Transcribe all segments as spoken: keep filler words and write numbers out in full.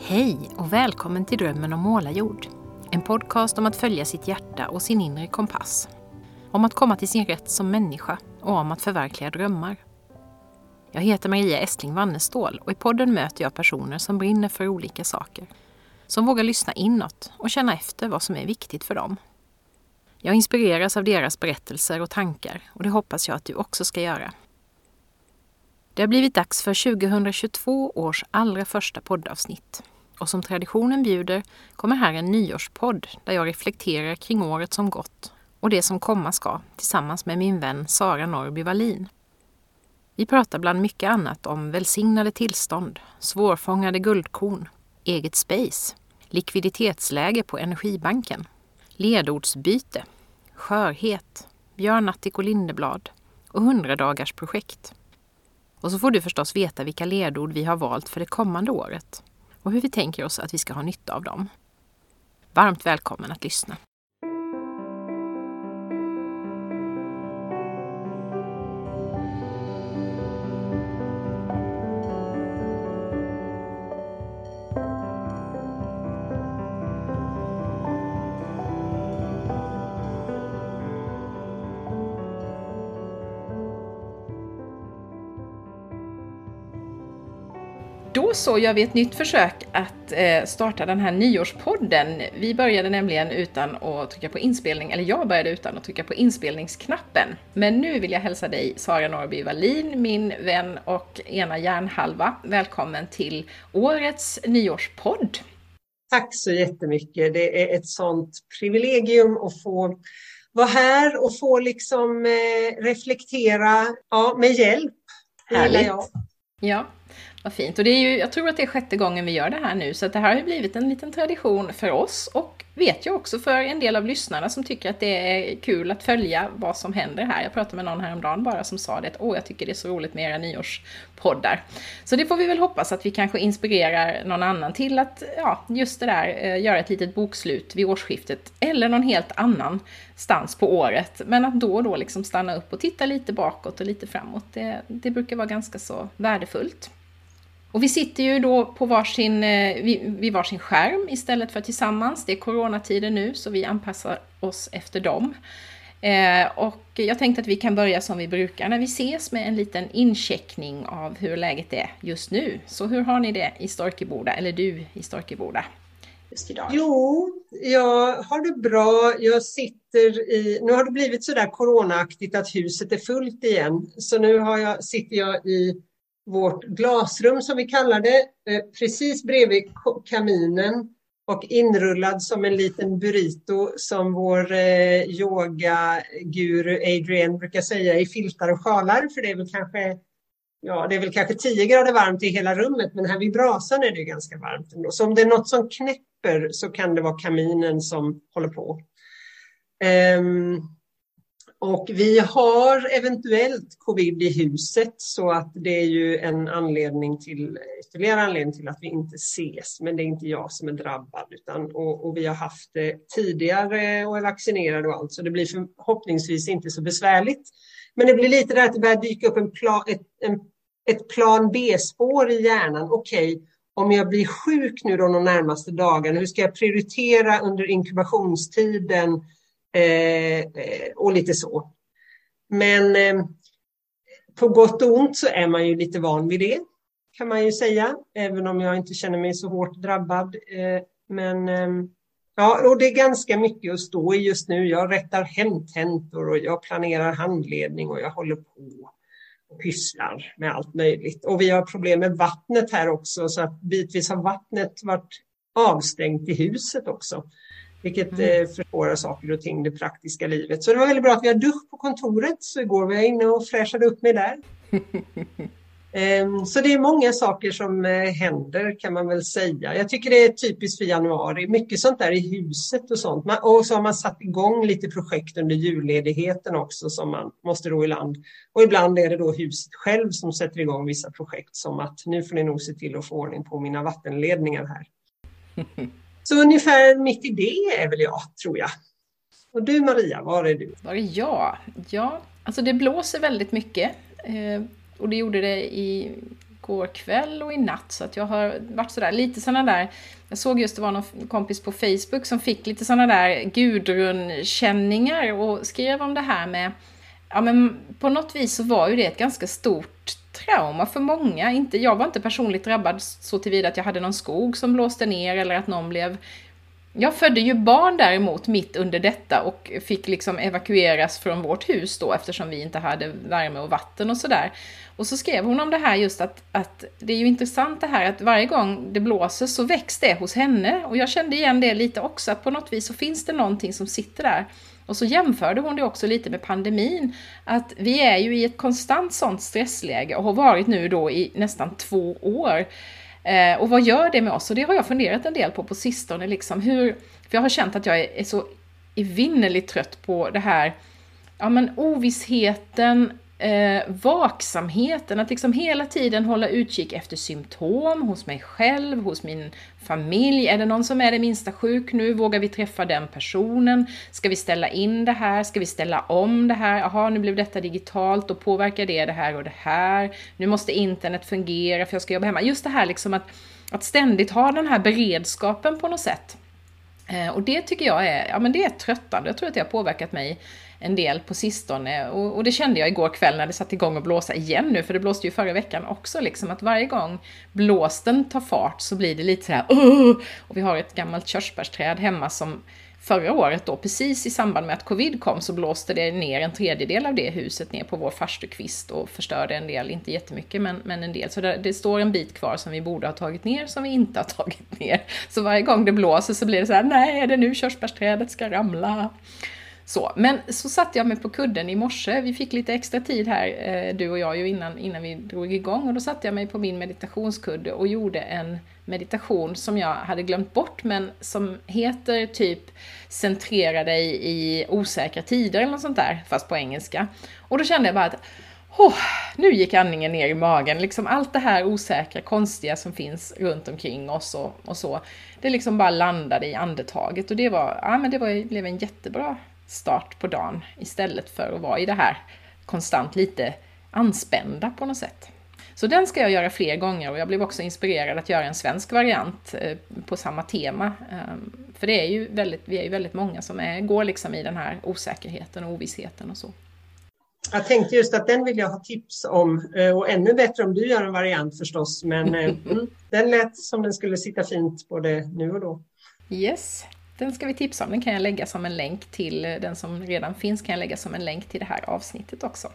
Hej och välkommen till Drömmen om målarjord. En podcast om att följa sitt hjärta och sin inre kompass. Om att komma till sin rätt som människa och om att förverkliga drömmar. Jag heter Maria Estling Wannestål och i podden möter jag personer som brinner för olika saker. Som vågar lyssna inåt och känna efter vad som är viktigt för dem. Jag inspireras av deras berättelser och tankar och det hoppas jag att du också ska göra. Det har blivit dags för tjugohundratjugotvå års allra första poddavsnitt. Och som traditionen bjuder kommer här en nyårspodd där jag reflekterar kring året som gått och det som komma ska tillsammans med min vän Sara Norrby Wallin. Vi pratar bland mycket annat om välsignade tillstånd, svårfångade guldkorn, eget space, likviditetsläge på energibanken, ledordsbyte, skörhet, Björn Attic och Lindeblad och hundradagars projekt. Och så får du förstås veta vilka ledord vi har valt för det kommande året och hur vi tänker oss att vi ska ha nytta av dem. Varmt välkommen att lyssna. Då så gör vi ett nytt försök att eh, starta den här nyårspodden. Vi började nämligen utan att trycka på inspelning, eller jag började utan att trycka på inspelningsknappen. Men nu vill jag hälsa dig, Sara Norrby Wallin, min vän och ena hjärnhalva. Välkommen till årets nyårspodd. Tack så jättemycket. Det är ett sånt privilegium att få vara här och få liksom eh, reflektera ja, med hjälp. Härligt. Jag. Ja. Vad fint. Och det är ju, jag tror att det är sjätte gången vi gör det här nu. Så att det här har ju blivit en liten tradition för oss. Och vet jag också för en del av lyssnarna som tycker att det är kul att följa vad som händer här. Jag pratade med någon häromdagen bara som sa det. Att åh, jag tycker det är så roligt med era nyårspoddar. Så det får vi väl hoppas att vi kanske inspirerar någon annan till att ja, just det där, göra ett litet bokslut vid årsskiftet. Eller någon helt annan stans på året. Men att då och då liksom stanna upp och titta lite bakåt och lite framåt. Det, det brukar vara ganska så värdefullt. Och vi sitter ju då på varsin, vid varsin skärm istället för tillsammans. Det är coronatider nu så vi anpassar oss efter dem. Eh, och jag tänkte att vi kan börja som vi brukar när vi ses med en liten incheckning av hur läget är just nu. Så hur har ni det i Storkeboda, eller du i Storkeboda just idag? Jo, jag har det bra. Jag sitter i, nu har det blivit sådär coronaaktigt att huset är fullt igen. Så nu har jag, sitter jag i vårt glasrum som vi kallar det, precis bredvid kaminen och inrullad som en liten burrito som vår eh, yoga-guru Adrienne brukar säga i filtar och sjalar, för det är väl kanske ja, det är väl kanske tio grader varmt i hela rummet, men här vid brasan är det ganska varmt ändå. Så om det är något som knäpper så kan det vara kaminen som håller på. Um, Och vi har eventuellt covid i huset så att det är ju en anledning till, ytterligare anledning till att vi inte ses. Men det är inte jag som är drabbad utan, och, och vi har haft det tidigare och är vaccinerade och allt. Så det blir förhoppningsvis inte så besvärligt. Men det blir lite där att det börjar dyka upp en plan, ett, en, ett plan B-spår i hjärnan. Okej, om jag blir sjuk nu då de närmaste dagarna, hur ska jag prioritera under inkubationstiden? Eh, och lite så. Men eh, på gott och ont så är man ju lite van vid det, kan man ju säga. Även om jag inte känner mig så hårt drabbad. Eh, men eh, ja, och det är ganska mycket att stå i just nu. Jag rättar hemtentor och jag planerar handledning och jag håller på och pysslar med allt möjligt. Och vi har problem med vattnet här också, så att bitvis har vattnet varit avstängt i huset också. Vilket mm. eh, försvårar saker och ting, det praktiska livet. Så det var väldigt bra att vi har dusch på kontoret. Så igår var jag inne och fräschade upp mig där. um, så det är många saker som eh, händer, kan man väl säga. Jag tycker det är typiskt för januari. Mycket sånt där i huset och sånt. Man, och så har man satt igång lite projekt under julledigheten också som man måste ro i land. Och ibland är det då huset själv som sätter igång vissa projekt. Som att nu får ni nog se till att få ordning på mina vattenledningar här. Så ungefär mitt i det är väl jag, tror jag. Och du Maria, var är du? Var är jag? Ja, alltså det blåser väldigt mycket. Eh, och det gjorde det i igår kväll och i natt. Så att jag har varit sådär lite sådana där. Jag såg just det var någon kompis på Facebook som fick lite sådana där Gudrun-känningar och skrev om det här med, ja men på något vis så var ju det ett ganska stort trauma för många. Inte, jag var inte personligt drabbad så tillvida att jag hade någon skog som blåste ner eller att någon blev... Jag födde ju barn däremot mitt under detta och fick liksom evakueras från vårt hus då eftersom vi inte hade värme och vatten och sådär. Och så skrev hon om det här just att, att det är ju intressant det här att varje gång det blåser så väcks det hos henne. Och jag kände igen det lite också, att på något vis så finns det någonting som sitter där. Och så jämförde hon det också lite med pandemin. Att vi är ju i ett konstant sånt stressläge och har varit nu då i nästan två år. Eh, och vad gör det med oss? Och det har jag funderat en del på på sistone. Liksom. Hur, för jag har känt att jag är, är så evinnerligt trött på det här, ja, men ovissheten, eh, vaksamheten. Att liksom hela tiden hålla utkik efter symptom hos mig själv, hos min familj. Är det någon som är det minsta sjuk nu? Vågar vi träffa den personen? Ska vi ställa in det här? Ska vi ställa om det här? Jaha, nu blev detta digitalt och påverkar det det här och det här. Nu måste internet fungera för jag ska jobba hemma. Just det här liksom att, att ständigt ha den här beredskapen på något sätt. Eh, och det tycker jag är, ja, men det är tröttande. Jag tror att det har påverkat mig en del på sistone. Och, och det kände jag igår kväll när det satt igång och blåsa igen nu. För det blåste ju förra veckan också. Liksom, att varje gång blåsten tar fart så blir det lite så här. Uh! Och vi har ett gammalt körsbärsträd hemma som förra året då, precis i samband med att covid kom, så blåste det ner en tredjedel av det huset ner på vår farstukvist och förstörde en del, inte jättemycket men, men en del. Så det, det står en bit kvar som vi borde ha tagit ner som vi inte har tagit ner. Så varje gång det blåser så blir det så här, nej, är det nu körsbärsträdet ska ramla? Så, men så satte jag mig på kudden i morse. Vi fick lite extra tid här, du och jag, ju innan, innan vi drog igång. Och då satte jag mig på min meditationskudde och gjorde en meditation som jag hade glömt bort. Men som heter typ centrera dig i osäkra tider eller något sånt där, fast på engelska. Och då kände jag bara att oh, nu gick andningen ner i magen. Liksom allt det här osäkra, konstiga som finns runt omkring oss och, och så. Det liksom bara landade i andetaget. Och det var, ja, men det var, det blev en jättebra start på dagen istället för att vara i det här konstant lite anspända på något sätt. Så den ska jag göra fler gånger och jag blev också inspirerad att göra en svensk variant eh, på samma tema. Um, för det är ju väldigt, vi är ju väldigt många som är, går liksom i den här osäkerheten och ovissheten och så. Jag tänkte just att den vill jag ha tips om och ännu bättre om du gör en variant förstås. Men mm, den lät som den skulle sitta fint både nu och då. Yes. Den ska vi tipsa om. Den kan jag lägga som en länk till den som redan finns. Kan jag lägga som en länk till det här avsnittet också.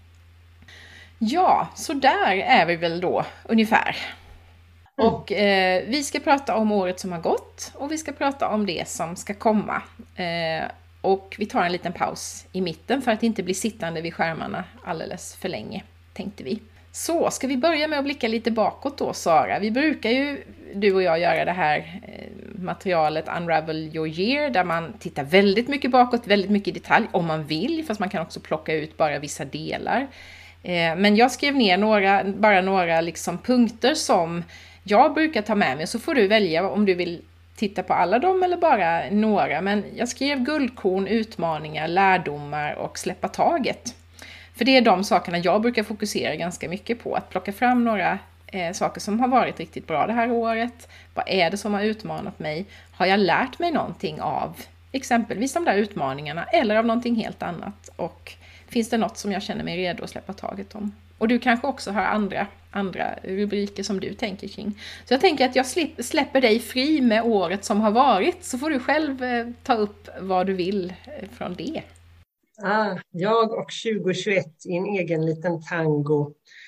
Ja, så där är vi väl då ungefär. Mm. Och eh, vi ska prata om året som har gått. Och vi ska prata om det som ska komma. Eh, och vi tar en liten paus i mitten för att inte bli sittande vid skärmarna alldeles för länge, tänkte vi. Så, ska vi börja med att blicka lite bakåt då, Sara? Vi brukar ju, du och jag, göra det här materialet Unravel Your Year, där man tittar väldigt mycket bakåt, väldigt mycket i detalj, om man vill, fast man kan också plocka ut bara vissa delar. Men jag skrev ner några, bara några liksom punkter som jag brukar ta med mig, så får du välja om du vill titta på alla dem eller bara några. Men jag skrev guldkorn, utmaningar, lärdomar och släppa taget. För det är de sakerna jag brukar fokusera ganska mycket på. Att plocka fram några eh, saker som har varit riktigt bra det här året. Vad är det som har utmanat mig? Har jag lärt mig någonting av exempelvis de där utmaningarna eller av någonting helt annat? Och finns det något som jag känner mig redo att släppa taget om? Och du kanske också har andra, andra rubriker som du tänker kring. Så jag tänker att jag släpper dig fri med året som har varit. Så får du själv eh, ta upp vad du vill eh, från det. Ah, jag och tjugohundratjugoett i en egen liten tango.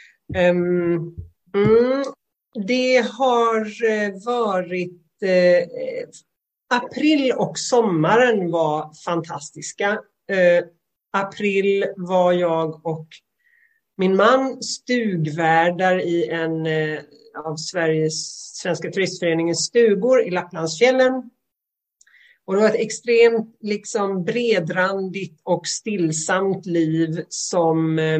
Um, mm, det har varit... Eh, april och sommaren var fantastiska. Eh, april var jag och min man stugvärdar i en eh, av Sveriges Svenska turistföreningens stugor i Lapplandsfjällen. Och det var ett extremt liksom bredrandigt och stillsamt liv som eh,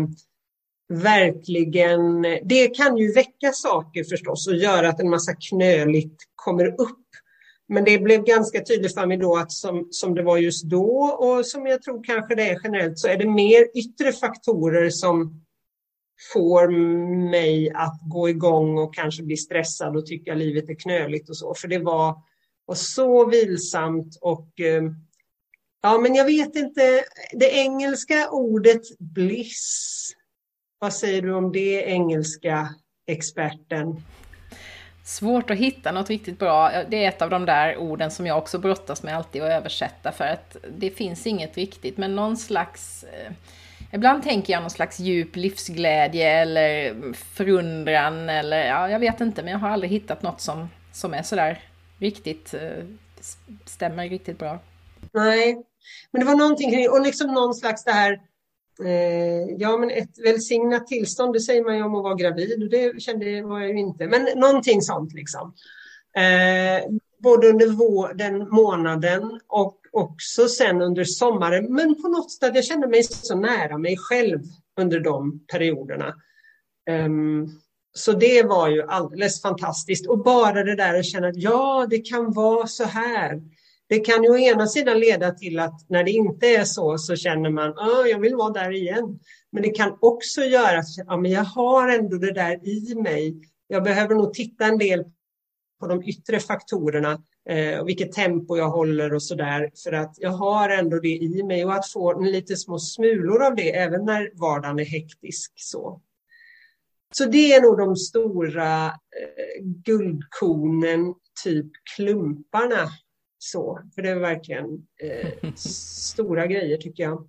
verkligen, det kan ju väcka saker förstås och göra att en massa knöligt kommer upp. Men det blev ganska tydligt för mig då att som, som det var just då och som jag tror kanske det är generellt, så är det mer yttre faktorer som får mig att gå igång och kanske bli stressad och tycka livet är knöligt och så. För det var, var så vilsamt och eh, ja, men jag vet inte, det engelska ordet bliss, vad säger du om det, engelska experten? Svårt att hitta något riktigt bra. Det är ett av de där orden som jag också brottas med alltid att översätta, för att det finns inget riktigt, men någon slags... Ibland tänker jag någon slags djup livsglädje eller förundran eller ja, jag vet inte, men jag har aldrig hittat något som, som är sådär riktigt, stämmer riktigt bra. Nej, men det var någonting kring, och liksom någon slags det här, eh, ja men ett välsignat tillstånd, det säger man ju om att vara gravid och det kände jag var jag ju inte, men någonting sånt liksom. Eh, både under vår, den månaden och också sen under sommaren, men på något sätt jag kände mig så nära mig själv under de perioderna. Um, så det var ju alldeles fantastiskt, och bara det där att känna att ja, det kan vara så här. Det kan ju å ena sidan leda till att när det inte är så så känner man att jag vill vara där igen. Men det kan också göra att ja, men jag har ändå det där i mig. Jag behöver nog titta en del på de yttre faktorerna eh, och vilket tempo jag håller och sådär. För att jag har ändå det i mig, och att få lite små smulor av det även när vardagen är hektisk. Så, så det är nog de stora eh, guldkornen, typ klumparna. Så, för det är verkligen eh, stora grejer tycker jag.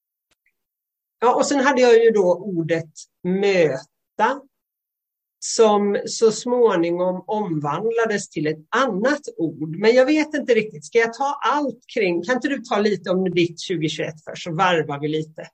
Ja, och sen hade jag ju då ordet möta som så småningom omvandlades till ett annat ord. Men jag vet inte riktigt, ska jag ta allt kring? Kan inte du ta lite om ditt tjugohundratjugoett för, så varvar vi lite.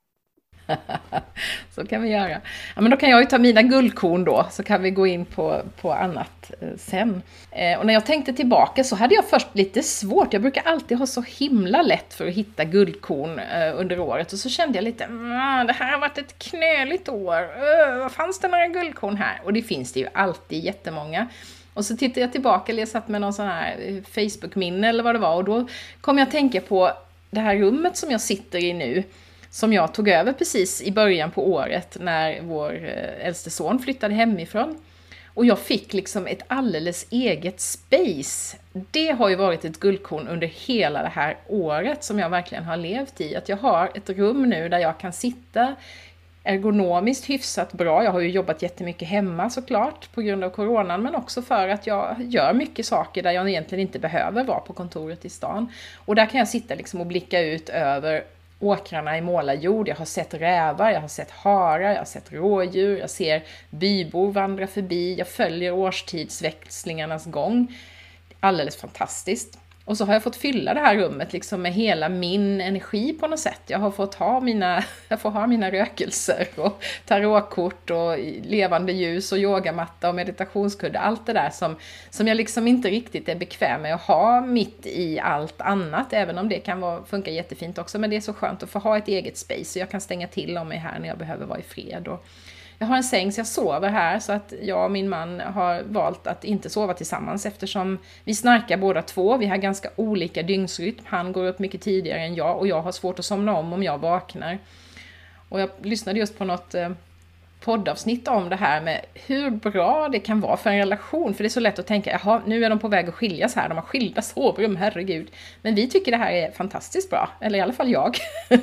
Så kan vi göra. Ja, men då kan jag ju ta mina guldkorn då, så kan vi gå in på, på annat eh, sen. Eh, och när jag tänkte tillbaka så hade jag först lite svårt. Jag brukar alltid ha så himla lätt för att hitta guldkorn eh, under året. Och så kände jag lite, det här har varit ett knöligt år. Uh, fanns det några guldkorn här? Och det finns det ju alltid jättemånga. Och så tittade jag tillbaka, eller jag satt med någon sån här Facebook-minne eller vad det var. Och då kom jag att tänka på det här rummet som jag sitter i nu, som jag tog över precis i början på året när vår äldste son flyttade hemifrån. Och jag fick liksom ett alldeles eget space. Det har ju varit ett guldkorn under hela det här året som jag verkligen har levt i. Att jag har ett rum nu där jag kan sitta ergonomiskt hyfsat bra. Jag har ju jobbat jättemycket hemma såklart på grund av coronan, men också för att jag gör mycket saker där jag egentligen inte behöver vara på kontoret i stan. Och där kan jag sitta liksom och blicka ut över åkrarna i målarjord. Jag har sett rävar, jag har sett harar, jag har sett rådjur, jag ser bybor vandra förbi, jag följer årstidsväxlingarnas gång. Alldeles fantastiskt. Och så har jag fått fylla det här rummet liksom med hela min energi på något sätt. Jag har fått ha mina, jag får ha mina rökelser och tarotkort och levande ljus och yogamatta och meditationskudde. Allt det där som, som jag liksom inte riktigt är bekväm med att ha mitt i allt annat. Även om det kan vara, funka jättefint också. Men det är så skönt att få ha ett eget space. Så jag kan stänga till om mig här när jag behöver vara i fred. Och jag har en säng så jag sover här, så att jag och min man har valt att inte sova tillsammans eftersom vi snarkar båda två. Vi har ganska olika dygnsrytm. Han går upp mycket tidigare än jag och jag har svårt att somna om om jag vaknar. Och jag lyssnade just på något eh, poddavsnitt om det här med hur bra det kan vara för en relation. För det är så lätt att tänka, jaha, nu är de på väg att skiljas här. De har skilda sovrum, herregud. Men vi tycker det här är fantastiskt bra. Eller i alla fall jag.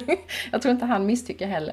Jag tror inte han misstycker heller.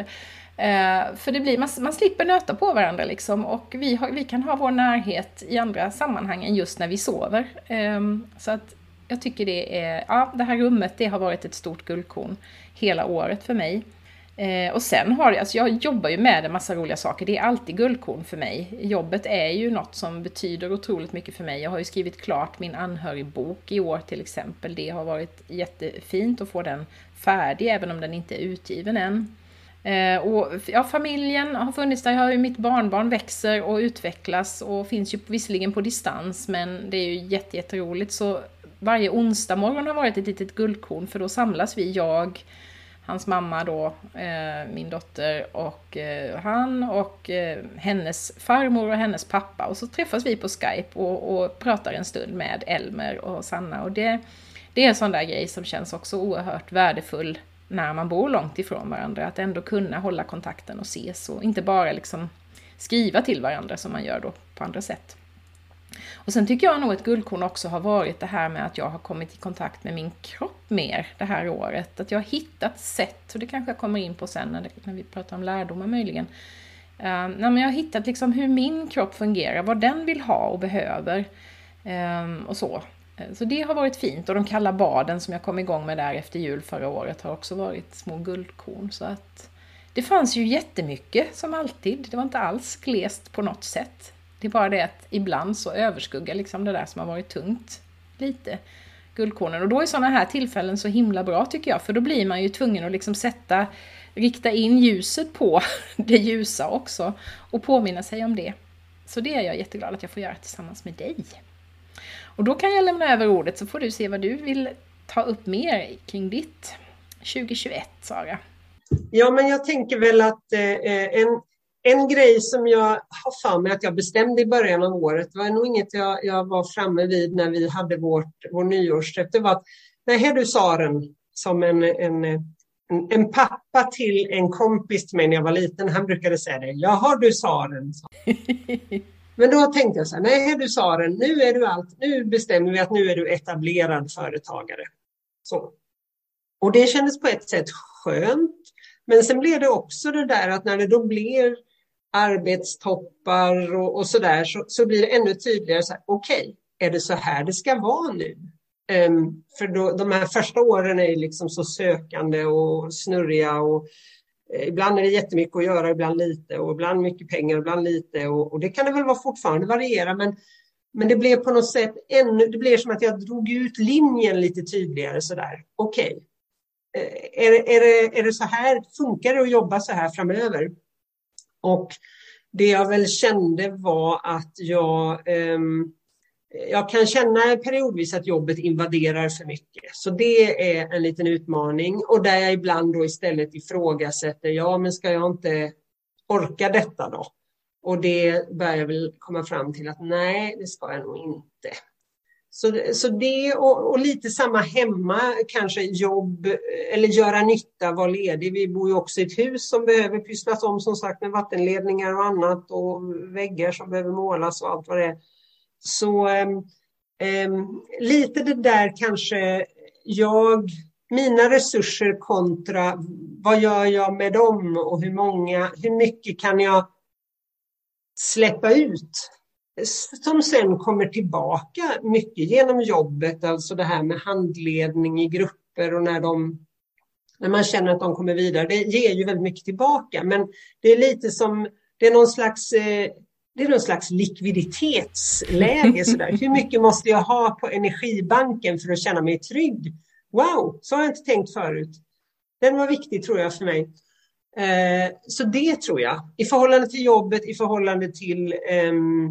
Uh, för det blir, man, man slipper nöta på varandra liksom, och vi, har, vi kan ha vår närhet i andra sammanhang än just när vi sover. Um, så att jag tycker det är, ja, det här rummet, det har varit ett stort guldkorn hela året för mig. Uh, och sen har jag, alltså jag jobbar ju med en massa roliga saker, det är alltid guldkorn för mig. Jobbet är ju något som betyder otroligt mycket för mig. Jag har ju skrivit klart min anhörigbok i år till exempel. Det har varit jättefint att få den färdig även om den inte är utgiven än. Eh, och ja, familjen har funnits där. Jag har ju, mitt barnbarn växer och utvecklas och finns ju visserligen på distans, men det är ju jätte, jätteroligt. Så varje onsdag morgon har varit ett litet guldkorn, för då samlas vi, jag, hans mamma då, eh, min dotter och eh, han och eh, hennes farmor och hennes pappa, och så träffas vi på Skype och, och pratar en stund med Elmer och Sanna, och det, det är en sån där grej som känns också oerhört värdefull när man bor långt ifrån varandra, att ändå kunna hålla kontakten och ses och inte bara liksom skriva till varandra som man gör då på andra sätt. Och sen tycker jag nog ett guldkorn också har varit det här med att jag har kommit i kontakt med min kropp mer det här året. Att jag har hittat sätt, och det kanske jag kommer in på sen när, det, när vi pratar om lärdomar möjligen. Uh, nej, men jag har hittat liksom hur min kropp fungerar, vad den vill ha och behöver um, och så. Så det har varit fint, och de kalla baden som jag kom igång med där efter jul förra året har också varit små guldkorn. Så att det fanns ju jättemycket som alltid, det var inte alls glest på något sätt. Det är bara det att ibland så överskuggar liksom det där som har varit tungt lite, guldkornen. Och då är sådana här tillfällen så himla bra tycker jag, för då blir man ju tvungen att liksom sätta, rikta in ljuset på det ljusa också och påminna sig om det. Så det är jag jätteglad att jag får göra tillsammans med dig. Och då kan jag lämna över ordet, så får du se vad du vill ta upp mer kring ditt tjugohundratjugoett, Sara. Ja, men jag tänker väl att eh, en, en grej som jag har för mig att jag bestämde i början av året, var nog inget jag, jag var framme vid när vi hade vårt, vår nyårsträff. Det var att, nej, du Saren, som en, en, en, en pappa till en kompis till mig när jag var liten, han brukade säga det. Jaha, du Saren. Men då tänkte jag så här, nej du Saren, nu är du allt, nu bestämmer vi att nu är du etablerad företagare. Så. Och det kändes på ett sätt skönt, men sen blev det också det där att när det då blir arbetstoppar och, och sådär, så, så blir det ännu tydligare så här, okej, okay, är det så här det ska vara nu? Um, för då, de här första åren är liksom så sökande och snurriga, och ibland är det jättemycket att göra, ibland lite, och ibland mycket pengar, ibland lite, och, och det kan det väl vara fortfarande variera, men, men det blev på något sätt ännu, det blev som att jag drog ut linjen lite tydligare sådär. Okej, okay. är, är, det, är det så här, funkar det att jobba så här framöver? Och det jag väl kände var att jag um, jag kan känna periodvis att jobbet invaderar för mycket. Så det är en liten utmaning. Och där jag ibland då istället ifrågasätter, ja men ska jag inte orka detta då? Och det börjar jag väl komma fram till att nej, det ska jag nog inte. Så, så det och, och lite samma hemma, kanske jobb eller göra nytta, vara ledig. Vi bor ju också i ett hus som behöver pysslas om, som sagt, med vattenledningar och annat, och väggar som behöver målas och allt vad det är. Så um, lite det där kanske jag, mina resurser kontra vad gör jag med dem, och hur många, hur mycket kan jag släppa ut som sen kommer tillbaka mycket genom jobbet, alltså det här med handledning i grupper, och när de när man känner att de kommer vidare, det ger ju väldigt mycket tillbaka, men det är lite som, det är någon slags eh, det är någon slags likviditetsläge sådär. Hur mycket måste jag ha på energibanken för att känna mig trygg? Wow, så har jag inte tänkt förut. Den var viktig tror jag för mig. Eh, så det tror jag. I förhållande till jobbet, i förhållande till eh,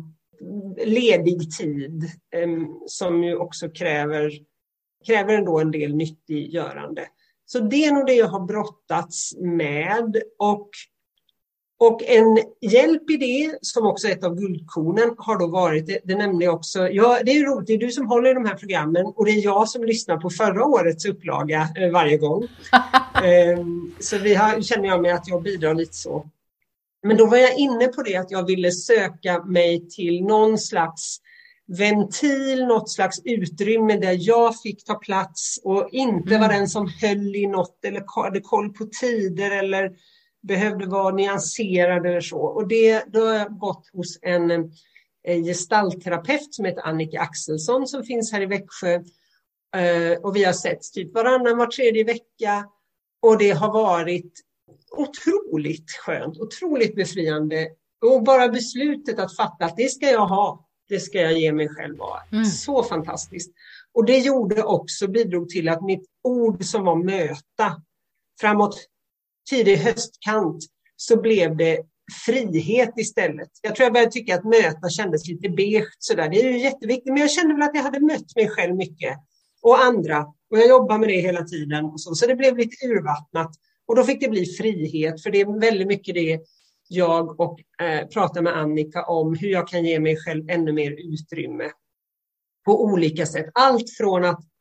ledig tid, eh, som ju också kräver, kräver ändå en del nyttiggörande. Så det är nog det jag har brottats med, och Och en hjälp i det, som också är ett av guldkornen, har då varit, det, det nämnde jag också, ja, det är ju roligt, det är du som håller i de här programmen, och det är jag som lyssnar på förra årets upplaga eh, varje gång. um, så vi har, känner jag mig att jag bidrar lite så. Men då var jag inne på det att jag ville söka mig till någon slags ventil, något slags utrymme där jag fick ta plats och inte mm. var den som höll i något eller hade koll på tider eller behövde vara nyanserad eller så. Och det, då har jag gått hos en, en gestaltterapeut som heter Annika Axelsson som finns här i Växjö. Uh, och vi har sett typ varannan, var tredje vecka. Och det har varit otroligt skönt, otroligt befriande. Och bara beslutet att fatta att det ska jag ha, det ska jag ge mig själv vara. Mm. Så fantastiskt. Och det gjorde också, bidrog till att mitt ord som var möta, framåt tidig höstkant så blev det frihet istället. Jag tror jag började tycka att möta kändes lite beige sådär. Det är ju jätteviktigt, men jag kände väl att jag hade mött mig själv mycket och andra. Och jag jobbar med det hela tiden och så. Så det blev lite urvattnat. Och då fick det bli frihet, för det är väldigt mycket det jag och eh, pratar med Annika om, hur jag kan ge mig själv ännu mer utrymme på olika sätt. Allt från att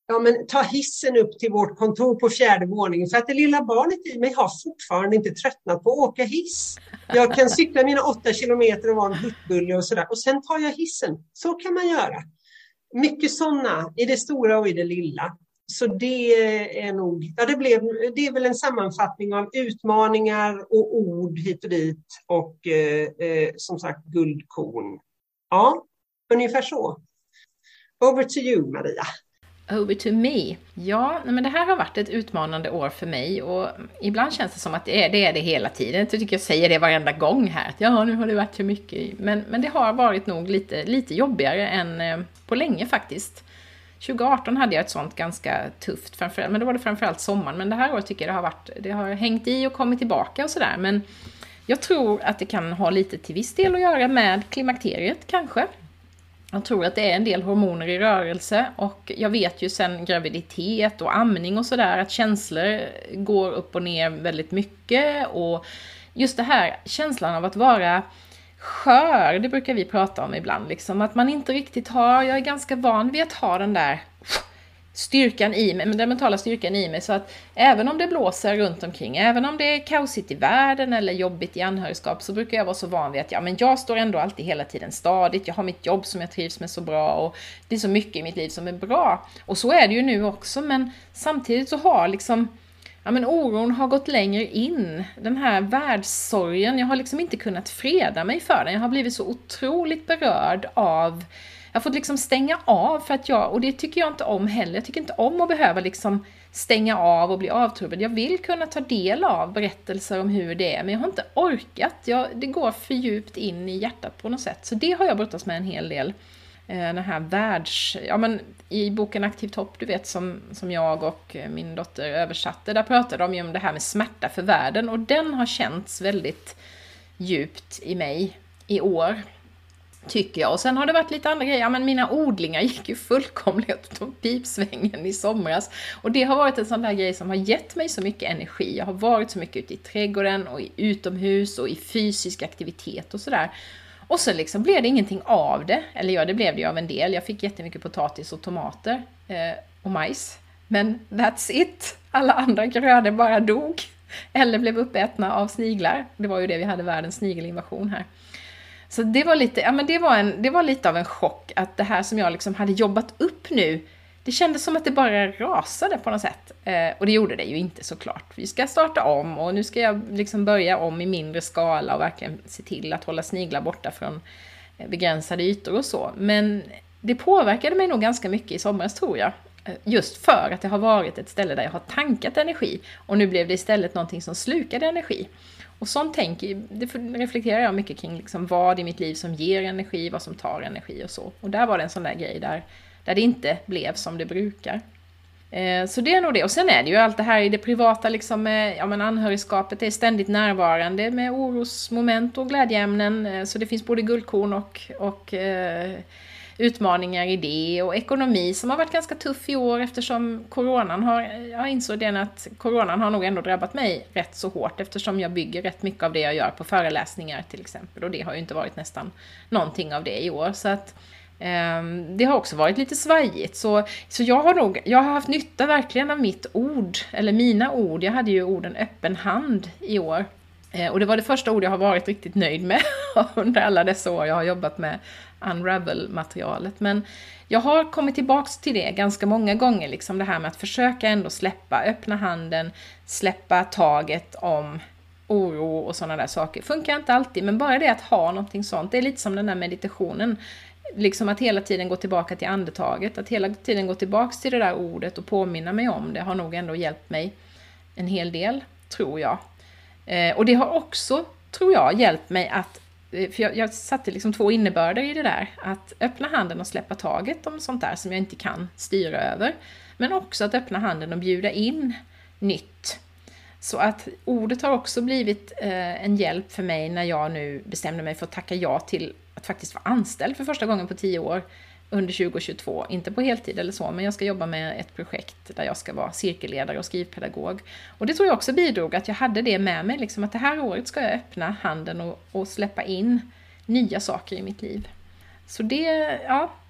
Ja, men ta hissen upp till vårt kontor på fjärde våningen, för att det lilla barnet i mig har fortfarande inte tröttnat på att åka hiss. Jag kan cykla mina åtta kilometer och vara en huttbulle och sådär. Och sen tar jag hissen. Så kan man göra. Mycket sådana i det stora och i det lilla. Så det är nog, ja, det blev, det är väl en sammanfattning av utmaningar och ord hit och dit och eh, eh, som sagt guldkorn. Ja, ungefär så. Over to you, Maria. Over to me. Ja, men det här har varit ett utmanande år för mig och ibland känns det som att det är det, är det hela tiden. Jag tycker jag säger det varenda gång här. Att ja, nu har det varit för mycket. Men, men det har varit nog lite, lite jobbigare än eh, på länge faktiskt. tjugo arton hade jag ett sånt ganska tufft, framförallt, men då var det framförallt sommaren. Men det här året tycker jag det har varit, det har hängt i och kommit tillbaka och sådär. Men jag tror att det kan ha lite till viss del att göra med klimakteriet kanske. Jag tror att det är en del hormoner i rörelse och jag vet ju sen graviditet och amning och sådär att känslor går upp och ner väldigt mycket. Och just det här känslan av att vara skör, det brukar vi prata om ibland. Liksom, att man inte riktigt har, jag är ganska van vid att ha den där styrkan i mig, den mentala styrkan i mig, så att även om det blåser runt omkring, även om det är kaosigt i världen eller jobbigt i anhörigskap, så brukar jag vara så van vid att ja, men jag står ändå alltid hela tiden stadigt, jag har mitt jobb som jag trivs med så bra och det är så mycket i mitt liv som är bra. Och så är det ju nu också, men samtidigt så har liksom ja, men oron har gått längre in, den här världssorgen, jag har liksom inte kunnat freda mig för den, jag har blivit så otroligt berörd av. Jag har fått liksom stänga av för att jag, och det tycker jag inte om heller. Jag tycker inte om att behöva liksom stänga av och bli avtrubbad. Jag vill kunna ta del av berättelser om hur det är, men jag har inte orkat. Jag, det går för djupt in i hjärtat på något sätt. Så det har jag brottats med en hel del. Eh, den här världs... Ja, men i boken Aktiv topp, du vet, som, som jag och min dotter översatte, där pratade de ju om det här med smärta för världen. Och den har känts väldigt djupt i mig i år, tycker jag. Och sen har det varit lite andra grejer. Ja, men mina odlingar gick ju fullkomligt på pipsvängen i somras. Och det har varit en sån där grej som har gett mig så mycket energi. Jag har varit så mycket ute i trädgården och i utomhus och i fysisk aktivitet och sådär. Och så liksom blev det ingenting av det. Eller ja, det blev det ju av en del. Jag fick jättemycket potatis och tomater eh, och majs. Men that's it. Alla andra grödor bara dog. Eller blev uppätna av sniglar. Det var ju det, vi hade världens snigelinvasion här. Så det var lite, ja men det var en, det var lite av en chock att det här som jag liksom hade jobbat upp nu, det kändes som att det bara rasade på något sätt. Eh, och det gjorde det ju inte, såklart. Vi ska starta om och nu ska jag liksom börja om i mindre skala och verkligen se till att hålla sniglar borta från begränsade ytor och så. Men det påverkade mig nog ganska mycket i somras, tror jag. Just för att det har varit ett ställe där jag har tankat energi och nu blev det istället någonting som slukade energi. Och sånt tänker, det reflekterar jag mycket kring liksom vad i mitt liv som ger energi, vad som tar energi och så. Och där var det en sån där grej där, där det inte blev som det brukar. Eh, så det är nog det. Och sen är det ju allt det här i det privata, liksom med, ja, men anhörigskapet är ständigt närvarande med orosmoment och glädjeämnen. Eh, så det finns både guldkorn och, och eh, utmaningar i det, och ekonomi som har varit ganska tuff i år eftersom coronan har, jag insåg det att coronan har nog ändå drabbat mig rätt så hårt eftersom jag bygger rätt mycket av det jag gör på föreläsningar till exempel, och det har ju inte varit nästan någonting av det i år, så att um, det har också varit lite svajigt, så, så jag har nog, jag har haft nytta verkligen av mitt ord, eller mina ord. Jag hade ju orden öppen hand i år. Och det var det första ord jag har varit riktigt nöjd med under alla dessa år jag har jobbat med Unravel-materialet. Men jag har kommit tillbaka till det ganska många gånger. Liksom det här med att försöka ändå släppa, öppna handen, släppa taget om oro och sådana där saker. Funkar inte alltid, men bara det att ha någonting sånt. Det är lite som den där meditationen. Liksom att hela tiden gå tillbaka till andetaget. Att hela tiden gå tillbaka till det där ordet och påminna mig om det har nog ändå hjälpt mig en hel del, tror jag. Eh, och det har också, tror jag, hjälpt mig att, för jag, jag satte liksom två innebörder i det där, att öppna handen och släppa taget om sånt där som jag inte kan styra över, men också att öppna handen och bjuda in nytt. Så att ordet har också blivit eh, en hjälp för mig när jag nu bestämde mig för att tacka ja till att faktiskt vara anställd för första gången på tio år under tjugo tjugotvå, inte på heltid eller så, men jag ska jobba med ett projekt där jag ska vara cirkelledare och skrivpedagog. Och det tror jag också bidrog att jag hade det med mig, liksom att det här året ska jag öppna handen och, och släppa in nya saker i mitt liv. Så det, ja,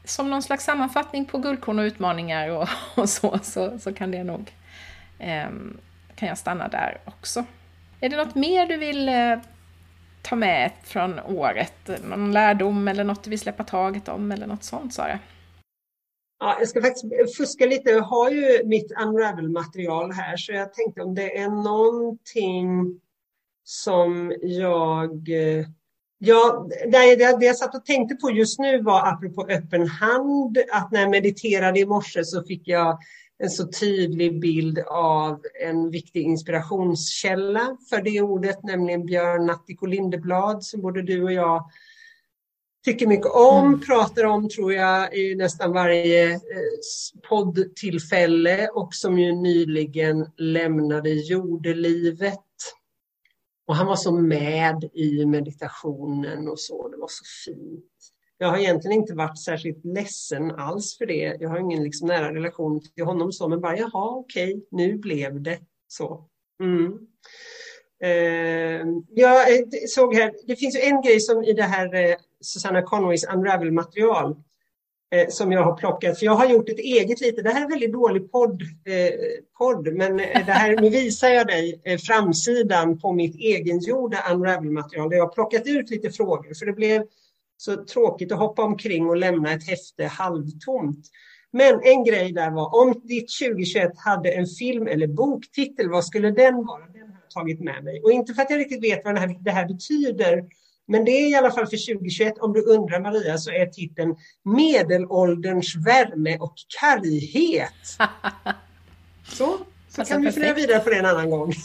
som någon slags sammanfattning på guldkorn och utmaningar och, och så, så, så kan det nog eh, kan jag stanna där också. Är det något mer du vill eh, ta med från året? Någon lärdom eller något du vill släppa taget om eller något sånt, Sara? Ja, jag ska faktiskt fuska lite. Jag har ju mitt Unravel-material här, så jag tänkte om det är någonting som jag... Ja, det, det, det jag satt och tänkte på just nu var apropå öppen hand, att när jag mediterade i morse så fick jag en så tydlig bild av en viktig inspirationskälla för det ordet, nämligen Björn Natthiko Lindeblad, som både du och jag tycker mycket om, mm. pratar om tror jag i nästan varje eh, poddtillfälle, och som ju nyligen lämnade jordelivet. Och han var så med i meditationen och så, det var så fint. Jag har egentligen inte varit särskilt ledsen alls för det. Jag har ingen liksom nära relation till honom så, men bara jaha, okej, nu blev det så. Mm. Eh, jag såg här, det finns ju en grej som i det här eh, Susanna Conways Unravel-material eh, som jag har plockat, för jag har gjort ett eget lite, det här är en väldigt dålig podd, eh, podd men eh, det här, nu visar jag dig eh, framsidan på mitt egengjorda Unravel-material där jag har plockat ut lite frågor, för det blev så tråkigt att hoppa omkring och lämna ett häfte halvtomt. Men en grej där var, om ditt tjugohundratjugoett hade en film eller boktitel, vad skulle den vara? Den har jag tagit med mig. Och inte för att jag riktigt vet vad det här, det här betyder, men det är i alla fall för tjugohundratjugoett, om du undrar Maria, så är titeln Medelålderns värme och karghet. Så, så alltså, kan vi fundera vidare på det en annan gång.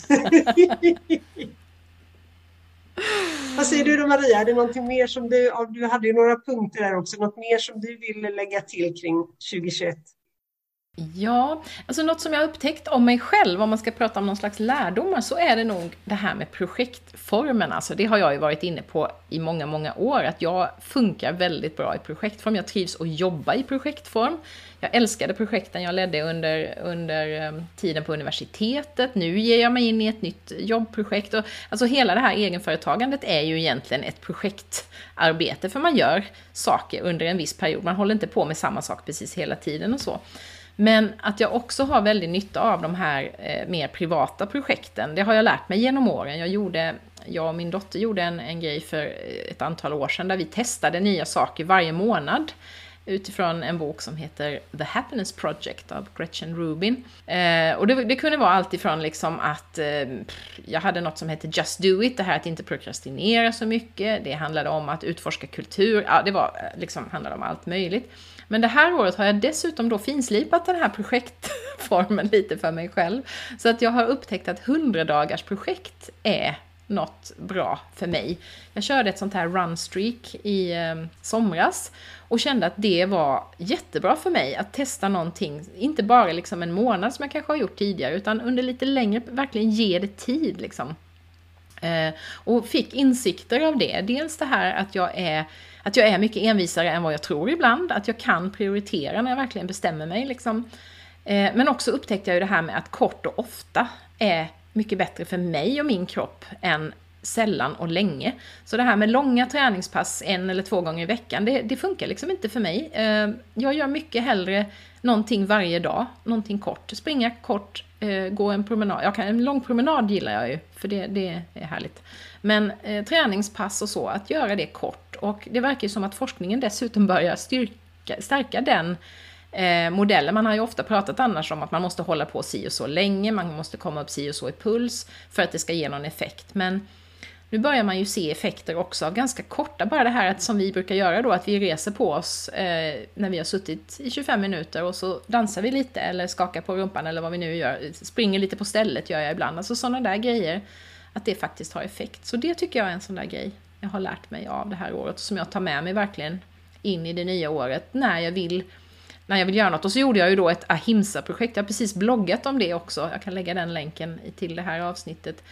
Vad säger du då Maria? Är det någonting mer som du, du hade ju några punkter där också, något mer som du vill lägga till kring tjugohundratjugoett? Ja, alltså något som jag har upptäckt om mig själv, om man ska prata om någon slags lärdomar, så är det nog det här med projektformen. Alltså det har jag ju varit inne på i många, många år, att jag funkar väldigt bra i projektform. Jag trivs att jobba i projektform. Jag älskade projekten jag ledde under, under tiden på universitetet. Nu ger jag mig in i ett nytt jobbprojekt. Och, alltså hela det här egenföretagandet är ju egentligen ett projektarbete, för man gör saker under en viss period. Man håller inte på med samma sak precis hela tiden och så. Men att jag också har väldigt nytta av de här eh, mer privata projekten, det har jag lärt mig genom åren. Jag, gjorde, jag och min dotter gjorde en, en grej för ett antal år sedan där vi testade nya saker varje månad utifrån en bok som heter The Happiness Project av Gretchen Rubin. Eh, och det, det kunde vara allt ifrån liksom att eh, jag hade något som heter Just Do It, det här att inte prokrastinera så mycket. Det handlade om att utforska kultur, ja, det var, liksom, handlade om allt möjligt. Men det här året har jag dessutom då finslipat den här projektformen lite för mig själv. Så att jag har upptäckt att hundra-dagars projekt är något bra för mig. Jag körde ett sånt här runstreak i eh, somras och kände att det var jättebra för mig att testa någonting. Inte bara liksom en månad som jag kanske har gjort tidigare, utan under lite längre, verkligen ge det tid liksom. Eh, och fick insikter av det. Dels det här att jag är Att jag är mycket envisare än vad jag tror ibland. Att jag kan prioritera när jag verkligen bestämmer mig. Liksom. Eh, men också upptäckte jag ju det här med att kort och ofta är mycket bättre för mig och min kropp än sällan och länge. Så det här med långa träningspass en eller två gånger i veckan, det, det funkar liksom inte för mig. Eh, jag gör mycket hellre någonting varje dag. Någonting kort. Springa kort, eh, gå en promenad. Jag kan, en lång promenad gillar jag ju, för det, det är härligt. Men eh, träningspass och så, att göra det kort. Och det verkar ju som att forskningen dessutom börjar styrka, stärka den eh, modellen. Man har ju ofta pratat annars om att man måste hålla på si och så länge. Man måste komma upp si och så i puls för att det ska ge någon effekt. Men nu börjar man ju se effekter också av ganska korta. Bara det här att, som vi brukar göra då, att vi reser på oss eh, när vi har suttit i tjugofem minuter och så dansar vi lite eller skakar på rumpan eller vad vi nu gör. Springer lite på stället gör jag ibland. Alltså sådana där grejer. Att det faktiskt har effekt. Så det tycker jag är en sån där grej jag har lärt mig av det här året. Som jag tar med mig verkligen in i det nya året. När jag vill, när jag vill göra något. Och så gjorde jag ju då ett Ahimsa-projekt. Jag har precis bloggat om det också. Jag kan lägga den länken till det här avsnittet.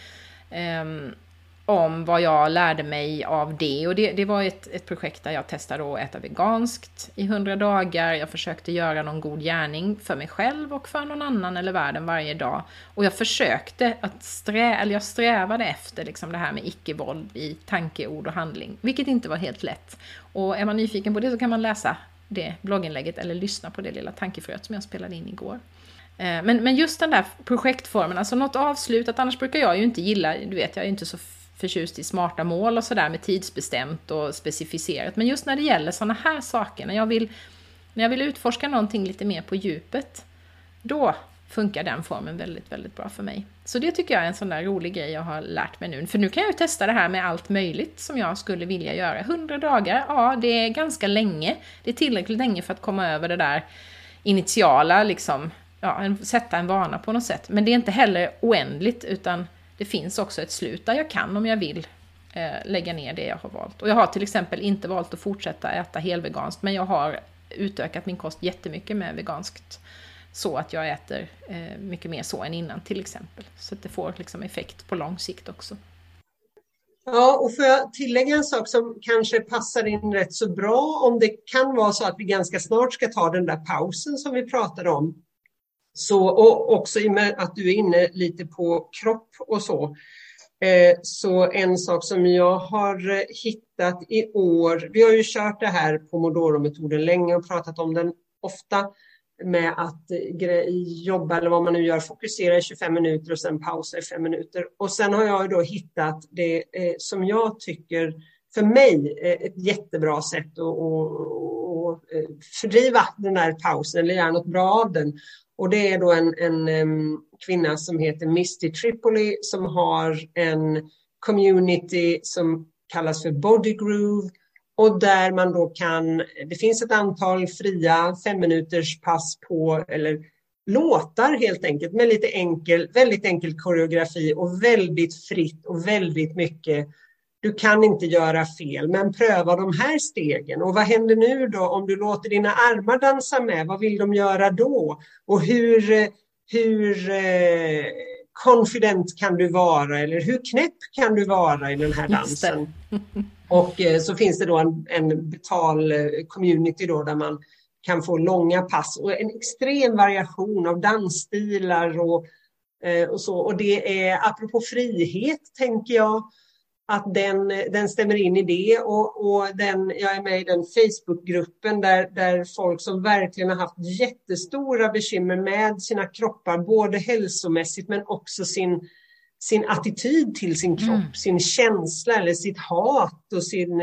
Um, om vad jag lärde mig av det. Och det, det var ett, ett projekt där jag testade att äta veganskt i hundra dagar. Jag försökte göra någon god gärning för mig själv och för någon annan eller världen varje dag. Och jag försökte att strä, eller jag strävade efter liksom det här med icke-våld i tanke, ord och handling. Vilket inte var helt lätt. Och är man nyfiken på det så kan man läsa det blogginlägget eller lyssna på det lilla tankefröet som jag spelade in igår. Men, men just den där projektformen, alltså något avslutat, annars brukar jag ju inte gilla, du vet, jag är ju inte så förtjust i smarta mål och sådär med tidsbestämt och specificerat. Men just när det gäller sådana här saker, när jag vill, när jag vill utforska någonting lite mer på djupet, då funkar den formen väldigt, väldigt bra för mig. Så det tycker jag är en sån där rolig grej jag har lärt mig nu. För nu kan jag ju testa det här med allt möjligt som jag skulle vilja göra. hundra dagar, ja det är ganska länge. Det är tillräckligt länge för att komma över det där initiala, liksom, ja, en, sätta en vana på något sätt. Men det är inte heller oändligt, utan det finns också ett slut där jag kan, om jag vill, eh, lägga ner det jag har valt. Och jag har till exempel inte valt att fortsätta äta helveganskt, men jag har utökat min kost jättemycket med veganskt. Så att jag äter eh, mycket mer så än innan till exempel. Så att det får liksom effekt på lång sikt också. Ja, och får jag tillägga en sak som kanske passar in rätt så bra. Om det kan vara så att vi ganska snart ska ta den där pausen som vi pratade om. Så, och också i och med att du är inne lite på kropp och så. Eh, så en sak som jag har hittat i år. Vi har ju kört det här Pomodoro-metoden länge och pratat om den ofta. Med att jobba eller vad man nu gör, fokusera i tjugofem minuter och sen pausa i fem minuter. Och sen har jag då hittat det eh, som jag tycker för mig är ett jättebra sätt att, att, att fördriva den här pausen eller göra något bra av den. Och det är då en, en, en kvinna som heter Misty Tripoli som har en community som kallas för Body Groove. Och där man då kan, det finns ett antal fria fem minuters pass på, eller låtar helt enkelt, med lite enkel, väldigt enkel koreografi och väldigt fritt och väldigt mycket. Du kan inte göra fel, men pröva de här stegen. Och vad händer nu då om du låter dina armar dansa med? Vad vill de göra då? Och hur, hur eh, confident kan du vara? Eller hur knäpp kan du vara i den här dansen? Och eh, så finns det då en, en betal community då där man kan få långa pass och en extrem variation av dansstilar och, eh, och så. Och det är, apropå frihet tänker jag, att den, den stämmer in i det. Och, och den, jag är med i den Facebookgruppen där, där folk som verkligen har haft jättestora bekymmer med sina kroppar, både hälsomässigt men också sin sin attityd till sin kropp, mm. sin känsla eller sitt hat och sin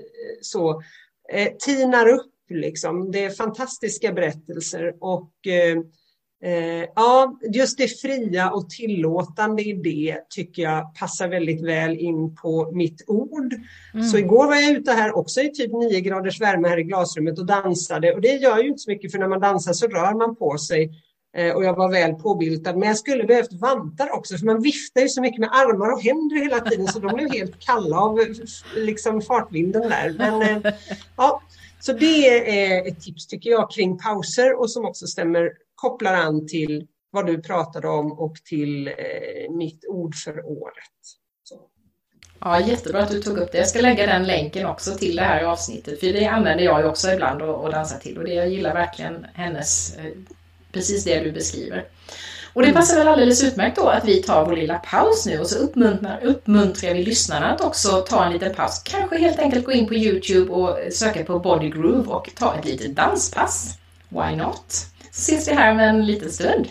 så eh, tinar upp liksom. Det är fantastiska berättelser och eh, eh, ja, just det fria och tillåtande i det tycker jag passar väldigt väl in på mitt ord. Mm. Så igår var jag ute här också i typ nio graders värme här i glasrummet och dansade, och det gör ju inte så mycket, för när man dansar så rör man på sig. Och jag var väl påbildad, men jag skulle behövt vantar också, för man viftar ju så mycket med armar och händer hela tiden så de blev helt kalla av liksom fartvinden där. Men ja, så det är ett tips tycker jag kring pauser, och som också stämmer, kopplar an till vad du pratade om och till eh, mitt ord för året. Så. Ja, jättebra att du tog upp det. Jag ska lägga den länken också till det här avsnittet, för det använder jag ju också ibland och, och dansar till, och det jag gillar verkligen hennes eh, precis det du beskriver. Och det passar väl alldeles utmärkt då att vi tar vår lilla paus nu, och så uppmuntrar, uppmuntrar vi lyssnarna att också ta en liten paus. Kanske helt enkelt gå in på YouTube och söka på Body Groove och ta ett litet danspass. Why not? Så ses vi här med en liten stund.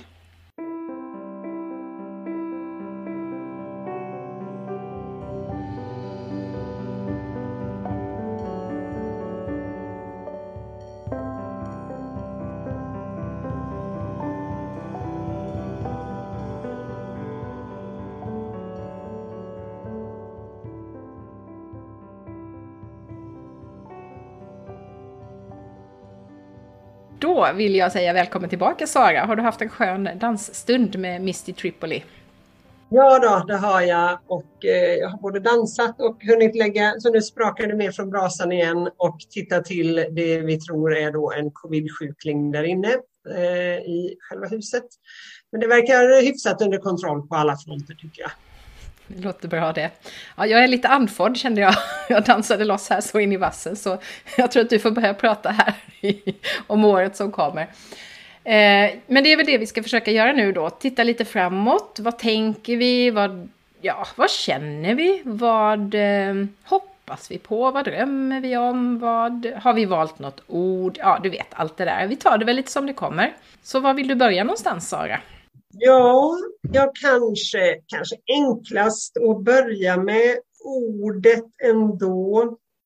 Då vill jag säga välkommen tillbaka, Sara. Har du haft en skön dansstund med Misty Tripoli? Ja då, det har jag. Och eh, jag har både dansat och hunnit lägga, så nu sprakar det mer från brasan igen, och titta till det vi tror är då en covid-sjukling där inne eh, i själva huset. Men det verkar hyfsat under kontroll på alla fronter tycker jag. Det låter bra det. Ja, jag är lite andfådd kände jag. Jag dansade loss här så in i vassen. Så jag tror att du får börja prata här om året som kommer. Eh, men det är väl det vi ska försöka göra nu då. Titta lite framåt. Vad tänker vi? Vad, ja, vad känner vi? Vad eh, hoppas hoppas vi på? Vad drömmer vi om? Vad, har vi valt något ord? Ja, du vet, allt det där. Vi tar det väl lite som det kommer. Så var vill du börja någonstans, Sara? Ja, jag kanske, kanske enklast att börja med ordet ändå.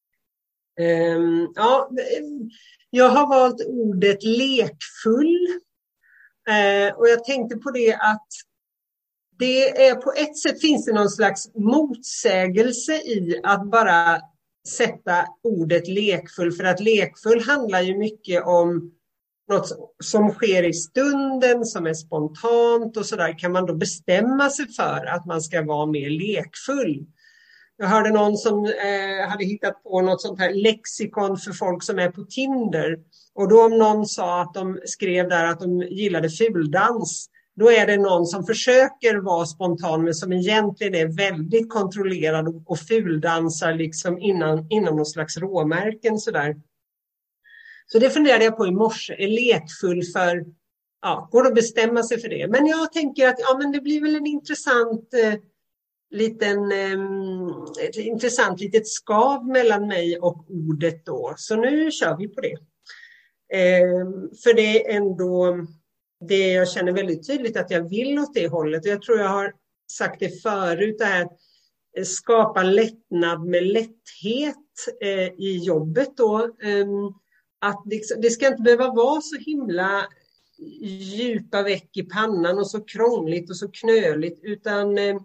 Um, ja, jag har valt ordet lekfull. Uh, och jag tänkte på det att det är på ett sätt finns det någon slags motsägelse i att bara sätta ordet lekfull. För att lekfull handlar ju mycket om något som sker i stunden, som är spontant och sådär. Kan man då bestämma sig för att man ska vara mer lekfull? Jag hörde någon som eh, hade hittat på något sånt här lexikon för folk som är på Tinder. Och då om någon sa att de skrev där att de gillade fuldans, då är det någon som försöker vara spontan men som egentligen är väldigt kontrollerad och fuldansar liksom innan, inom någon slags råmärken sådär. Så det funderade jag på i morse, är lekfull för, ja, går det att bestämma sig för det? Men jag tänker att ja, men det blir väl en intressant eh, liten, eh, ett intressant litet skav mellan mig och ordet då. Så nu kör vi på det. Eh, för det är ändå det jag känner väldigt tydligt att jag vill åt det hållet. Och jag tror jag har sagt det förut, det här att skapa lättnad med lätthet eh, i jobbet då. Eh, Att det, det ska inte behöva vara så himla djupa veck i pannan och så krångligt och så knöligt. Utan, eh,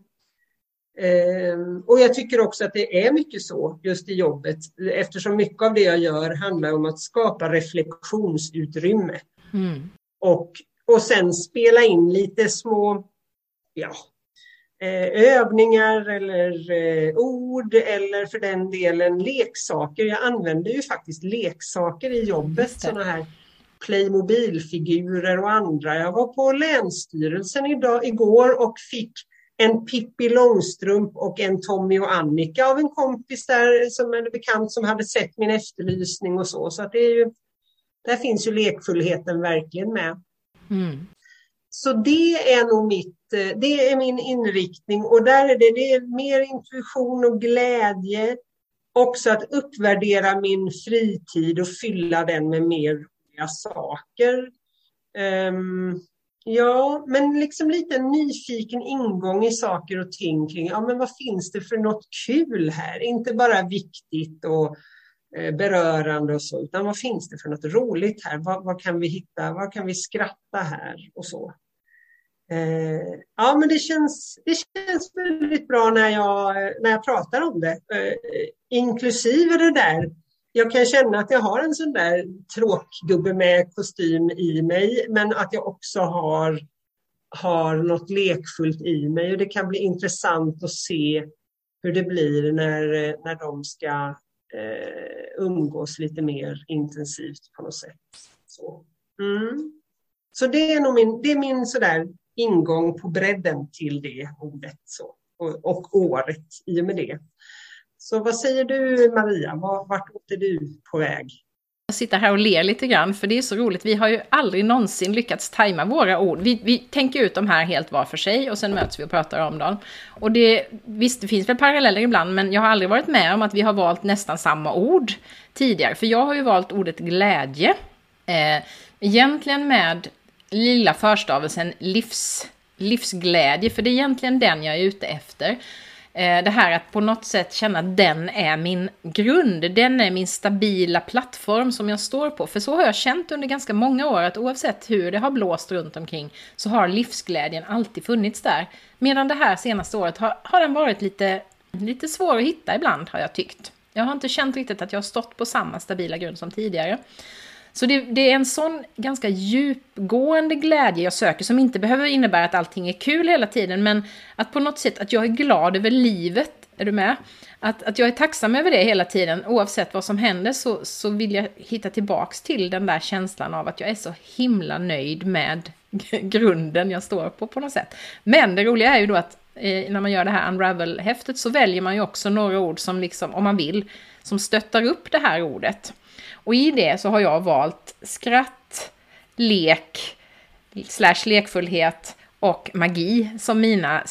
och jag tycker också att det är mycket så just i jobbet. Eftersom mycket av det jag gör handlar om att skapa reflektionsutrymme. Mm. Och, och sen spela in lite små ja, övningar eller eh, ord eller för den delen leksaker. Jag använder ju faktiskt leksaker i jobbet, sådana här Playmobil-figurer och andra. Jag var på Länsstyrelsen idag, igår och fick en Pippi Långstrump och en Tommy och Annika av en kompis där som är bekant som hade sett min efterlysning och så. Så att det är ju, där finns ju lekfullheten verkligen med. Mm. Så det är nog mitt, det är min inriktning och där är det, det är mer intuition och glädje. Också att uppvärdera min fritid och fylla den med mer roliga saker. Um, ja, men liksom lite nyfiken ingång i saker och ting kring, ja men vad finns det för något kul här? Inte bara viktigt och eh, berörande och så, utan vad finns det för något roligt här? Vad, vad kan vi hitta? Vad kan vi skratta här? Och så. Eh, ja, men det känns, det känns väldigt bra när jag, när jag pratar om det. Eh, inklusive det där. Jag kan känna att jag har en sån där tråkgubbe med kostym i mig. Men att jag också har, har något lekfullt i mig. Och det kan bli intressant att se hur det blir när, när de ska eh, umgås lite mer intensivt på något sätt. Så, mm. Så det är nog min, det är min sådär ingång på bredden till det ordet så, och, och året i och med det. Så vad säger du, Maria? Var, vart åkte du på väg? Jag sitter här och ler lite grann för det är så roligt. Vi har ju aldrig någonsin lyckats tajma våra ord. Vi, vi tänker ut dem här helt var för sig och sen möts vi och pratar om dem. Och det, visst, det finns väl paralleller ibland, men jag har aldrig varit med om att vi har valt nästan samma ord tidigare. För jag har ju valt ordet glädje. Eh, egentligen med lilla förstavelsen livs, livsglädje, för det är egentligen den jag är ute efter. Eh, det här att på något sätt känna att den är min grund, den är min stabila plattform som jag står på. För så har jag känt under ganska många år att oavsett hur det har blåst runt omkring så har livsglädjen alltid funnits där. Medan det här senaste året har, har den varit lite, lite svår att hitta ibland, har jag tyckt. Jag har inte känt riktigt att jag har stått på samma stabila grund som tidigare. Så det, det är en sån ganska djupgående glädje jag söker som inte behöver innebära att allting är kul hela tiden, men att på något sätt att jag är glad över livet, är du med? Att, att jag är tacksam över det hela tiden, oavsett vad som händer så, så vill jag hitta tillbaks till den där känslan av att jag är så himla nöjd med grunden jag står på på något sätt. Men det roliga är ju då att eh, när man gör det här Unravel-häftet så väljer man ju också några ord som liksom, om man vill, som stöttar upp det här ordet. Och i det så har jag valt skratt, lek, slash lekfullhet och magi som mina stött,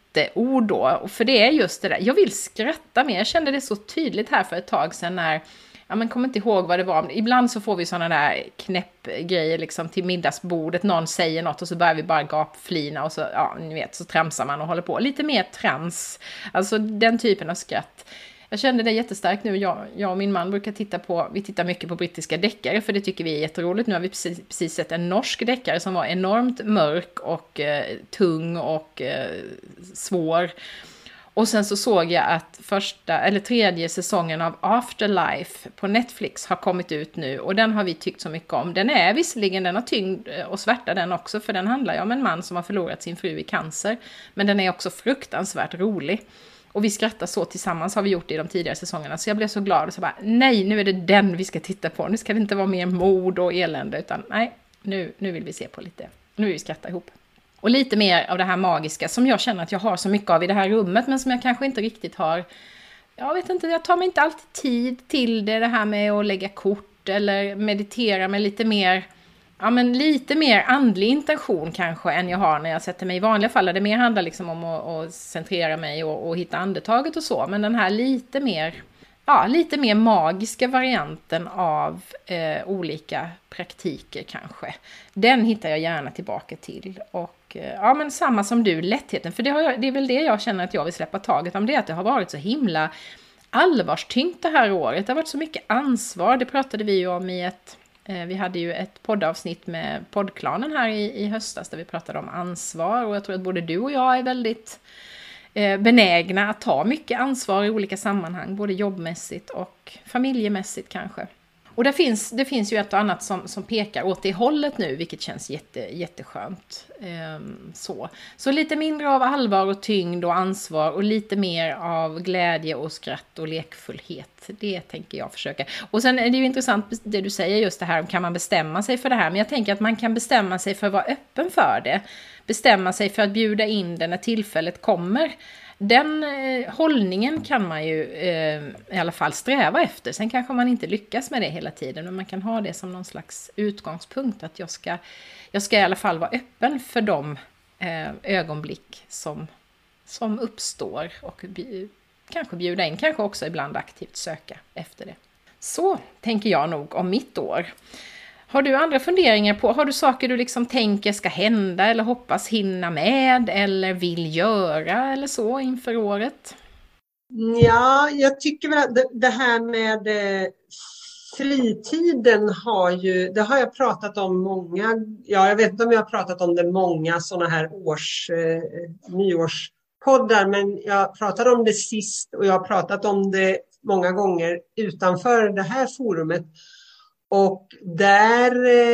jätteord då. För det är just det där, jag vill skratta mer. Jag kände det så tydligt här för ett tag sedan när, ja men kommer inte ihåg vad det var. Ibland så får vi sådana där knäppgrejer liksom till middagsbordet. Någon säger något och så börjar vi bara gapflina och så, ja ni vet, så tramsar man och håller på. Lite mer trams, alltså den typen av skratt. Jag kände det jättestarkt nu. Jag, jag och min man brukar titta på, vi tittar mycket på brittiska deckare för det tycker vi är jätteroligt. Nu har vi precis, precis sett en norsk deckare som var enormt mörk och eh, tung och eh, svår. Och sen så såg jag att första eller tredje säsongen av Afterlife på Netflix har kommit ut nu. Och den har vi tyckt så mycket om. Den är visserligen, den har tyngd och svärta den också. För den handlar ju om en man som har förlorat sin fru i cancer. Men den är också fruktansvärt rolig. Och vi skrattar så tillsammans, har vi gjort det i de tidigare säsongerna. Så jag blev så glad och så bara, nej nu är det den vi ska titta på. Nu ska det inte vara mer mord och elände. Utan nej, nu, nu vill vi se på lite. Nu vill vi skratta ihop. Och lite mer av det här magiska som jag känner att jag har så mycket av i det här rummet. Men som jag kanske inte riktigt har. Jag vet inte, jag tar mig inte alltid tid till det. Det här med att lägga kort eller meditera med lite mer. Ja men lite mer andlig intention kanske än jag har när jag sätter mig i vanliga fall. Det mer handlar liksom om att, att centrera mig och, och hitta andetaget och så. Men den här lite mer, ja, lite mer magiska varianten av eh, olika praktiker kanske. Den hittar jag gärna tillbaka till. Och eh, ja men samma som du, lättheten. För det, har jag, det är väl det jag känner att jag vill släppa taget om. Det är att det har varit så himla allvarstyngt det här året. Det har varit så mycket ansvar. Det pratade vi ju om i ett... Vi hade ju ett poddavsnitt med poddklanen här i, i höstas där vi pratade om ansvar. Och jag tror att både du och jag är väldigt eh, benägna att ta mycket ansvar i olika sammanhang. Både jobbmässigt och familjemässigt kanske. Och det finns, det finns ju ett och annat som, som pekar åt det hållet nu. Vilket känns jätte, jätteskönt. Ehm, så. så lite mindre av allvar och tyngd och ansvar. Och lite mer av glädje och skratt och lekfullhet. Det tänker jag försöka. Och sen är det ju intressant det du säger just det här. Kan man bestämma sig för det här? Men jag tänker att man kan bestämma sig för att vara öppen för det. Bestämma sig för att bjuda in det när tillfället kommer. Den eh, hållningen kan man ju eh, i alla fall sträva efter. Sen kanske man inte lyckas med det hela tiden. Men man kan ha det som någon slags utgångspunkt. Att jag ska, jag ska i alla fall vara öppen för de eh, ögonblick som, som uppstår. Och bj- kanske bjuda in. Kanske också ibland aktivt söka efter det. Så tänker jag nog om mitt år. Har du andra funderingar på, har du saker du liksom tänker ska hända eller hoppas hinna med eller vill göra eller så inför året? Ja, jag tycker väl att det, det här med eh, fritiden har ju, det har jag pratat om många, ja jag vet inte om jag har pratat om det många sådana här års, eh, nyårspoddar, men jag pratade om det sist och jag har pratat om det många gånger utanför det här forumet. Och där,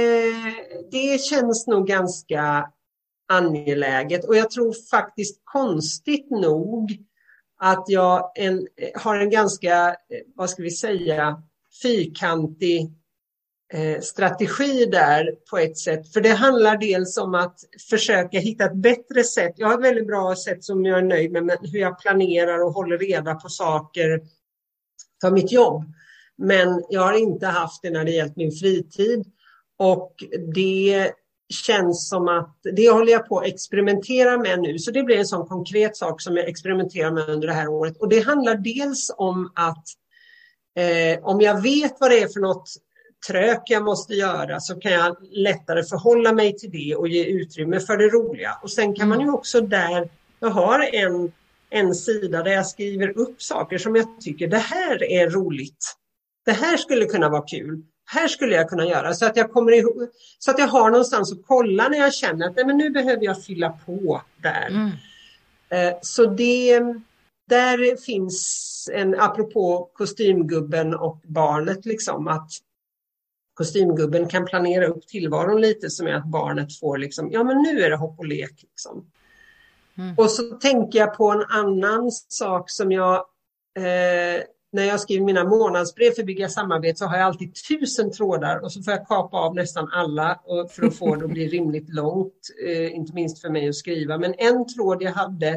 det känns nog ganska angeläget. Och jag tror faktiskt konstigt nog att jag en, har en ganska, vad ska vi säga, fyrkantig eh, strategi där på ett sätt. För det handlar dels om att försöka hitta ett bättre sätt. Jag har ett väldigt bra sätt som jag är nöjd med, med hur jag planerar och håller reda på saker för mitt jobb. Men jag har inte haft det när det gällt min fritid. Och det känns som att det håller jag på att experimentera med nu. Så det blir en sån konkret sak som jag experimenterar med under det här året. Och det handlar dels om att eh, om jag vet vad det är för något trök jag måste göra så kan jag lättare förhålla mig till det och ge utrymme för det roliga. Och sen kan man ju också där, jag har en, en sida där jag skriver upp saker som jag tycker det här är roligt. Det här skulle kunna vara kul. Här skulle jag kunna göra så att jag kommer ihåg, så att jag har någonstans att kolla när jag känner att nej, men nu behöver jag fylla på där. Mm. Eh, så det där finns en, apropå kostymgubben och barnet liksom, att kostymgubben kan planera upp tillvaron lite som är att barnet får liksom, ja men nu är det hopp och lek liksom. Mm. Och så tänker jag på en annan sak som jag eh, när jag skriver mina månadsbrev för Bygga samarbete så har jag alltid tusen trådar och så får jag kapa av nästan alla för att få det att bli rimligt långt, eh, inte minst för mig att skriva. Men en tråd jag hade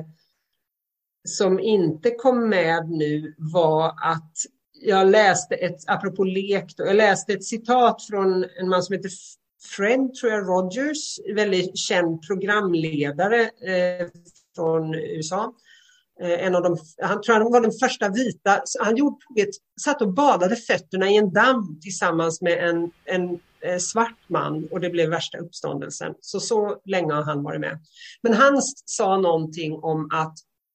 som inte kom med nu var att jag läste ett, apropå lek då, jag läste ett citat från en man som heter Fred, tror jag, Rogers, väldigt känd programledare eh, från U S A. En av de, han tror han var den första vita, han gjorde, vet, satt och badade fötterna i en damm tillsammans med en, en eh, svart man och det blev värsta uppståndelsen. Så så länge har han varit med. Men han sa någonting om att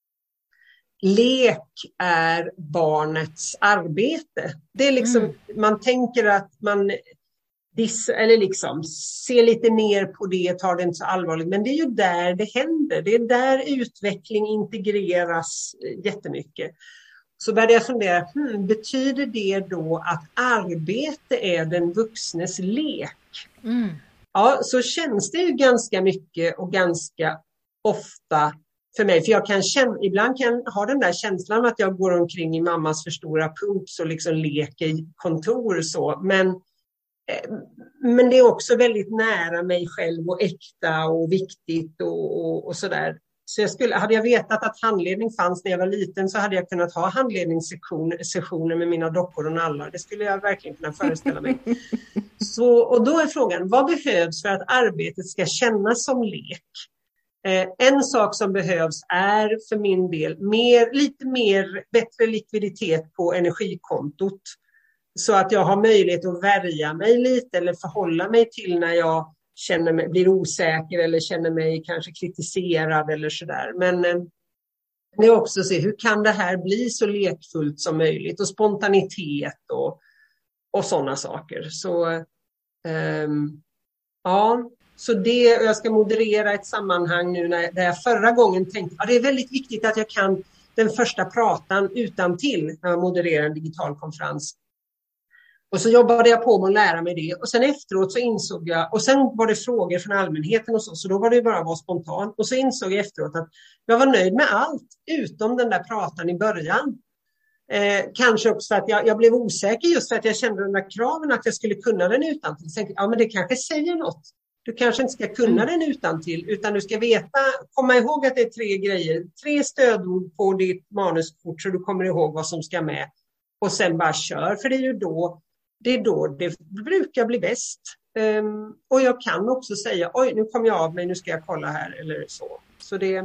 lek är barnets arbete. Det är liksom, mm. man tänker att man eller liksom ser lite ner på det, tar det inte så allvarligt. Men det är ju där det händer. Det är där utveckling integreras jättemycket. Så började jag fundera, hmm, betyder det då att arbete är den vuxnes lek? Mm. Ja, så känns det ju ganska mycket och ganska ofta för mig. För jag kan känna, ibland kan jag ha den där känslan att jag går omkring i mammas för stora pumps och liksom leker i kontor så. Men Men det är också väldigt nära mig själv och äkta och viktigt och, och, och sådär. Så jag skulle, hade jag vetat att handledning fanns när jag var liten så hade jag kunnat ha handledningssessioner med mina dockor och nallar. Det skulle jag verkligen kunna föreställa mig. Så, och då är frågan, vad behövs för att arbetet ska kännas som lek? Eh, en sak som behövs är för min del mer, lite mer bättre likviditet på energikontot. Så att jag har möjlighet att värja mig lite eller förhålla mig till när jag känner mig, blir osäker eller känner mig kanske kritiserad eller sådär. Men eh, det är också att se hur kan det här bli så lekfullt som möjligt och spontanitet och, och sådana saker. Så eh, ja, så det, jag ska moderera ett sammanhang nu när, där jag förra gången tänkte att ja, det är väldigt viktigt att jag kan den första pratan utan till när jag modererar en digital konferens. Och så jobbade jag på med att lära mig det. Och sen efteråt så insåg jag, och sen var det frågor från allmänheten och så, så då var det bara att vara spontan. Och så insåg jag efteråt att jag var nöjd med allt, utom den där pratan i början. Eh, kanske också att jag, jag blev osäker just för att jag kände den där kraven att jag skulle kunna den utantill. Så tänkte, ja men det kanske säger något. Du kanske inte ska kunna den utantill, utan du ska veta, komma ihåg att det är tre grejer. Tre stödord på ditt manuskort så du kommer ihåg vad som ska med. Och sen bara kör, för det är ju då Det är då det brukar bli bäst. Um, och jag kan också säga, oj nu kom jag av mig, nu ska jag kolla här eller så. Så det,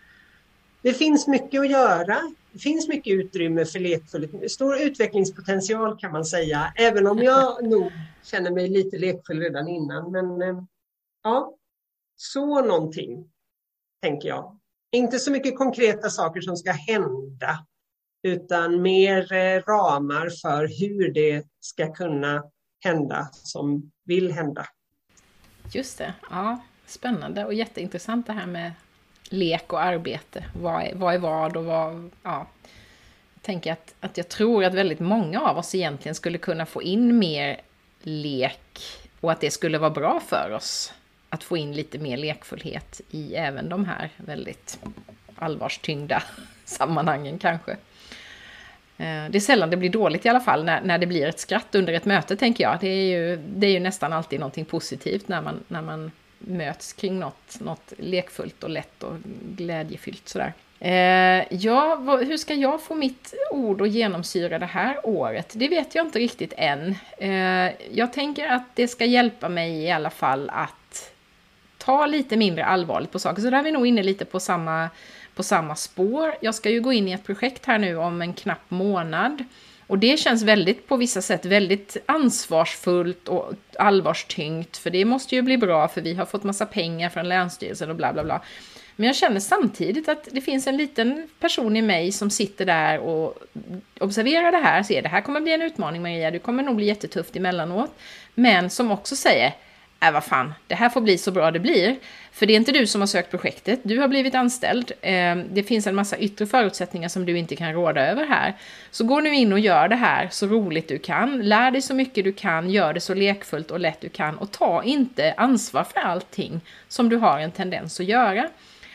det finns mycket att göra. Det finns mycket utrymme för lekfullhet. Stor utvecklingspotential kan man säga. Även om jag nog känner mig lite lekfull redan innan. Men um, ja, så någonting tänker jag. Inte så mycket konkreta saker som ska hända. Utan mer eh, ramar för hur det ska kunna hända som vill hända. Just det, ja, spännande och jätteintressant det här med lek och arbete. Vad är vad, är vad och vad, ja. Jag tänker att, att jag tror att väldigt många av oss egentligen skulle kunna få in mer lek och att det skulle vara bra för oss att få in lite mer lekfullhet i även de här väldigt allvarstyngda sammanhangen kanske. Det är sällan det blir dåligt i alla fall när, när det blir ett skratt under ett möte tänker jag. Det är ju, det är ju nästan alltid någonting positivt när man, när man möts kring något, något lekfullt och lätt och glädjefyllt sådär. Eh, ja, vad, hur ska jag få mitt ord att genomsyra det här året? Det vet jag inte riktigt än. Eh, jag tänker att det ska hjälpa mig i alla fall att ta lite mindre allvarligt på saker. Så där är vi nog inne lite på samma... på samma spår. Jag ska ju gå in i ett projekt här nu om en knapp månad. Och det känns väldigt på vissa sätt väldigt ansvarsfullt och allvarstyngt. För det måste ju bli bra för vi har fått massa pengar från Länsstyrelsen och bla bla bla. Men jag känner samtidigt att det finns en liten person i mig som sitter där och observerar det här. Ser det här kommer bli en utmaning Maria, du kommer nog bli jättetufft emellanåt. Men som också säger, äh vad fan, det här får bli så bra det blir. För det är inte du som har sökt projektet, du har blivit anställd. Det finns en massa yttre förutsättningar som du inte kan råda över här. Så gå nu in och gör det här så roligt du kan. Lär dig så mycket du kan, gör det så lekfullt och lätt du kan. Och ta inte ansvar för allting som du har en tendens att göra.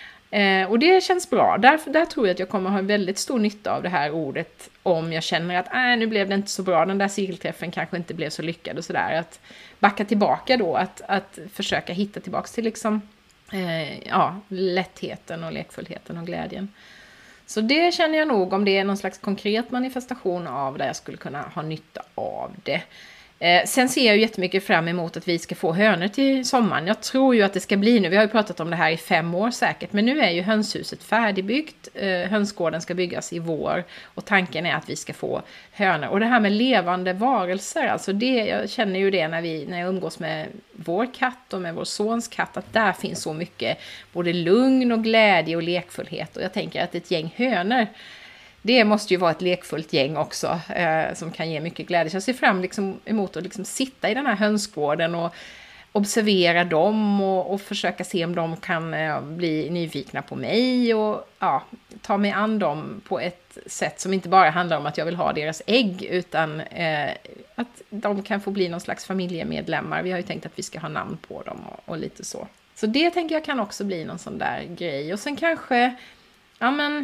Och det känns bra. Därför, där tror jag att jag kommer ha en väldigt stor nytta av det här ordet. Om jag känner att äh, nu blev det inte så bra, den där cirkelträffen kanske inte blev så lyckad och sådär. Att backa tillbaka då, att, att försöka hitta tillbaka till liksom, eh, ja, lättheten och lekfullheten och glädjen. Så det känner jag nog om det är någon slags konkret manifestation av där jag skulle kunna ha nytta av det. Eh, sen ser jag ju jättemycket fram emot att vi ska få hönor till sommaren. Jag tror ju att det ska bli nu. Vi har ju pratat om det här i fem år säkert. Men nu är ju hönshuset färdigbyggt. Eh, hönsgården ska byggas i vår. Och tanken är att vi ska få hönor. Och det här med levande varelser. Alltså det, jag känner ju det när, vi, när jag umgås med vår katt och med vår sons katt. Att där finns så mycket både lugn och glädje och lekfullhet. Och jag tänker att ett gäng hönor, det måste ju vara ett lekfullt gäng också eh, som kan ge mycket glädje. Så jag ser fram liksom emot att liksom sitta i den här hönsgården och observera dem och, och försöka se om de kan eh, bli nyfikna på mig och ja, ta mig an dem på ett sätt som inte bara handlar om att jag vill ha deras ägg, utan eh, att de kan få bli någon slags familjemedlemmar. Vi har ju tänkt att vi ska ha namn på dem och, och lite så. Så det tänker jag kan också bli någon sån där grej. Och sen kanske, ja men,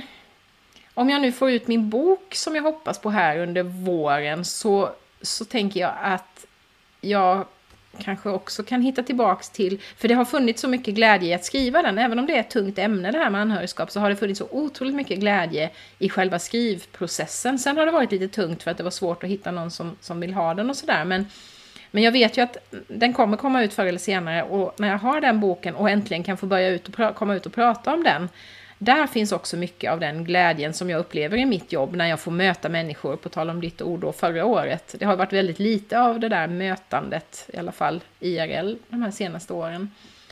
om jag nu får ut min bok som jag hoppas på här under våren, så, så tänker jag att jag kanske också kan hitta tillbaks till, för det har funnits så mycket glädje i att skriva den, även om det är ett tungt ämne det här med anhörigskap, så har det funnits så otroligt mycket glädje i själva skrivprocessen. Sen har det varit lite tungt för att det var svårt att hitta någon som, som vill ha den och sådär, men, men jag vet ju att den kommer komma ut förr eller senare, och när jag har den boken och äntligen kan få börja ut och pra- komma ut och prata om den, där finns också mycket av den glädjen som jag upplever i mitt jobb när jag får möta människor, på tal om ditt ord då, förra året. Det har varit väldigt lite av det där mötandet, i alla fall I R L, de här senaste åren.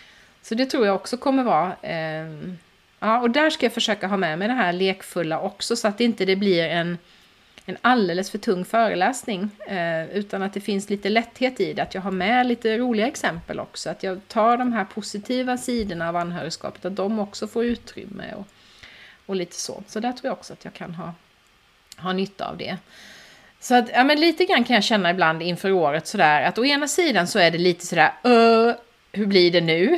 Så det tror jag också kommer vara. Eh, ja, och där ska jag försöka ha med mig det här lekfulla också, så att det inte det blir en, en alldeles för tung föreläsning, eh, utan att det finns lite lätthet i det, att jag har med lite roliga exempel också, att jag tar de här positiva sidorna av anhörigskapet, att de också får utrymme och, och lite så. Så där tror jag också att jag kan ha, ha nytta av det. Så att, ja, men lite grann kan jag känna ibland inför året sådär, att å ena sidan så är det lite sådär, uh, hur blir det nu?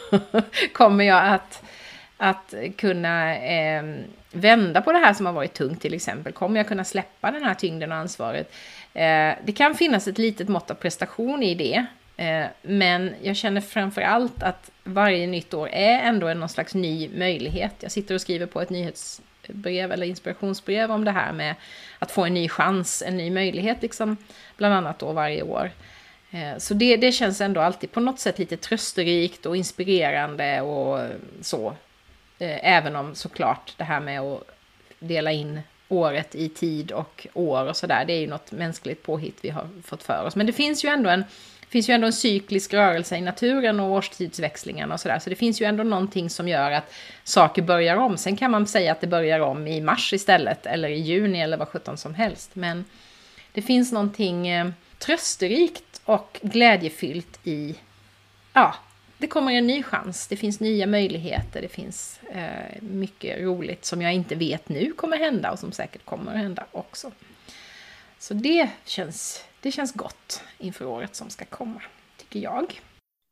Kommer jag att att kunna eh, vända på det här som har varit tungt till exempel? Kommer jag kunna släppa den här tyngden och ansvaret? Eh, det kan finnas ett litet mått av prestation i det. Eh, men jag känner framför allt att varje nytt år är ändå en någon slags ny möjlighet. Jag sitter och skriver på ett nyhetsbrev eller inspirationsbrev om det här med att få en ny chans, en ny möjlighet liksom, bland annat då varje år. Eh, så det, det känns ändå alltid på något sätt lite trösterikt och inspirerande och så. Även om såklart det här med att dela in året i tid och år och sådär, det är ju något mänskligt påhitt vi har fått för oss. Men det finns ju ändå en, finns ju ändå en cyklisk rörelse i naturen och årstidsväxlingarna och sådär. Så det finns ju ändå någonting som gör att saker börjar om. Sen kan man säga att det börjar om i mars istället, eller i juni eller vad sjutton som helst. Men det finns någonting eh, trösterikt och glädjefyllt i, ja, det kommer en ny chans, det finns nya möjligheter, det finns eh, mycket roligt som jag inte vet nu kommer hända och som säkert kommer att hända också. Så det känns, det känns gott inför året som ska komma, tycker jag.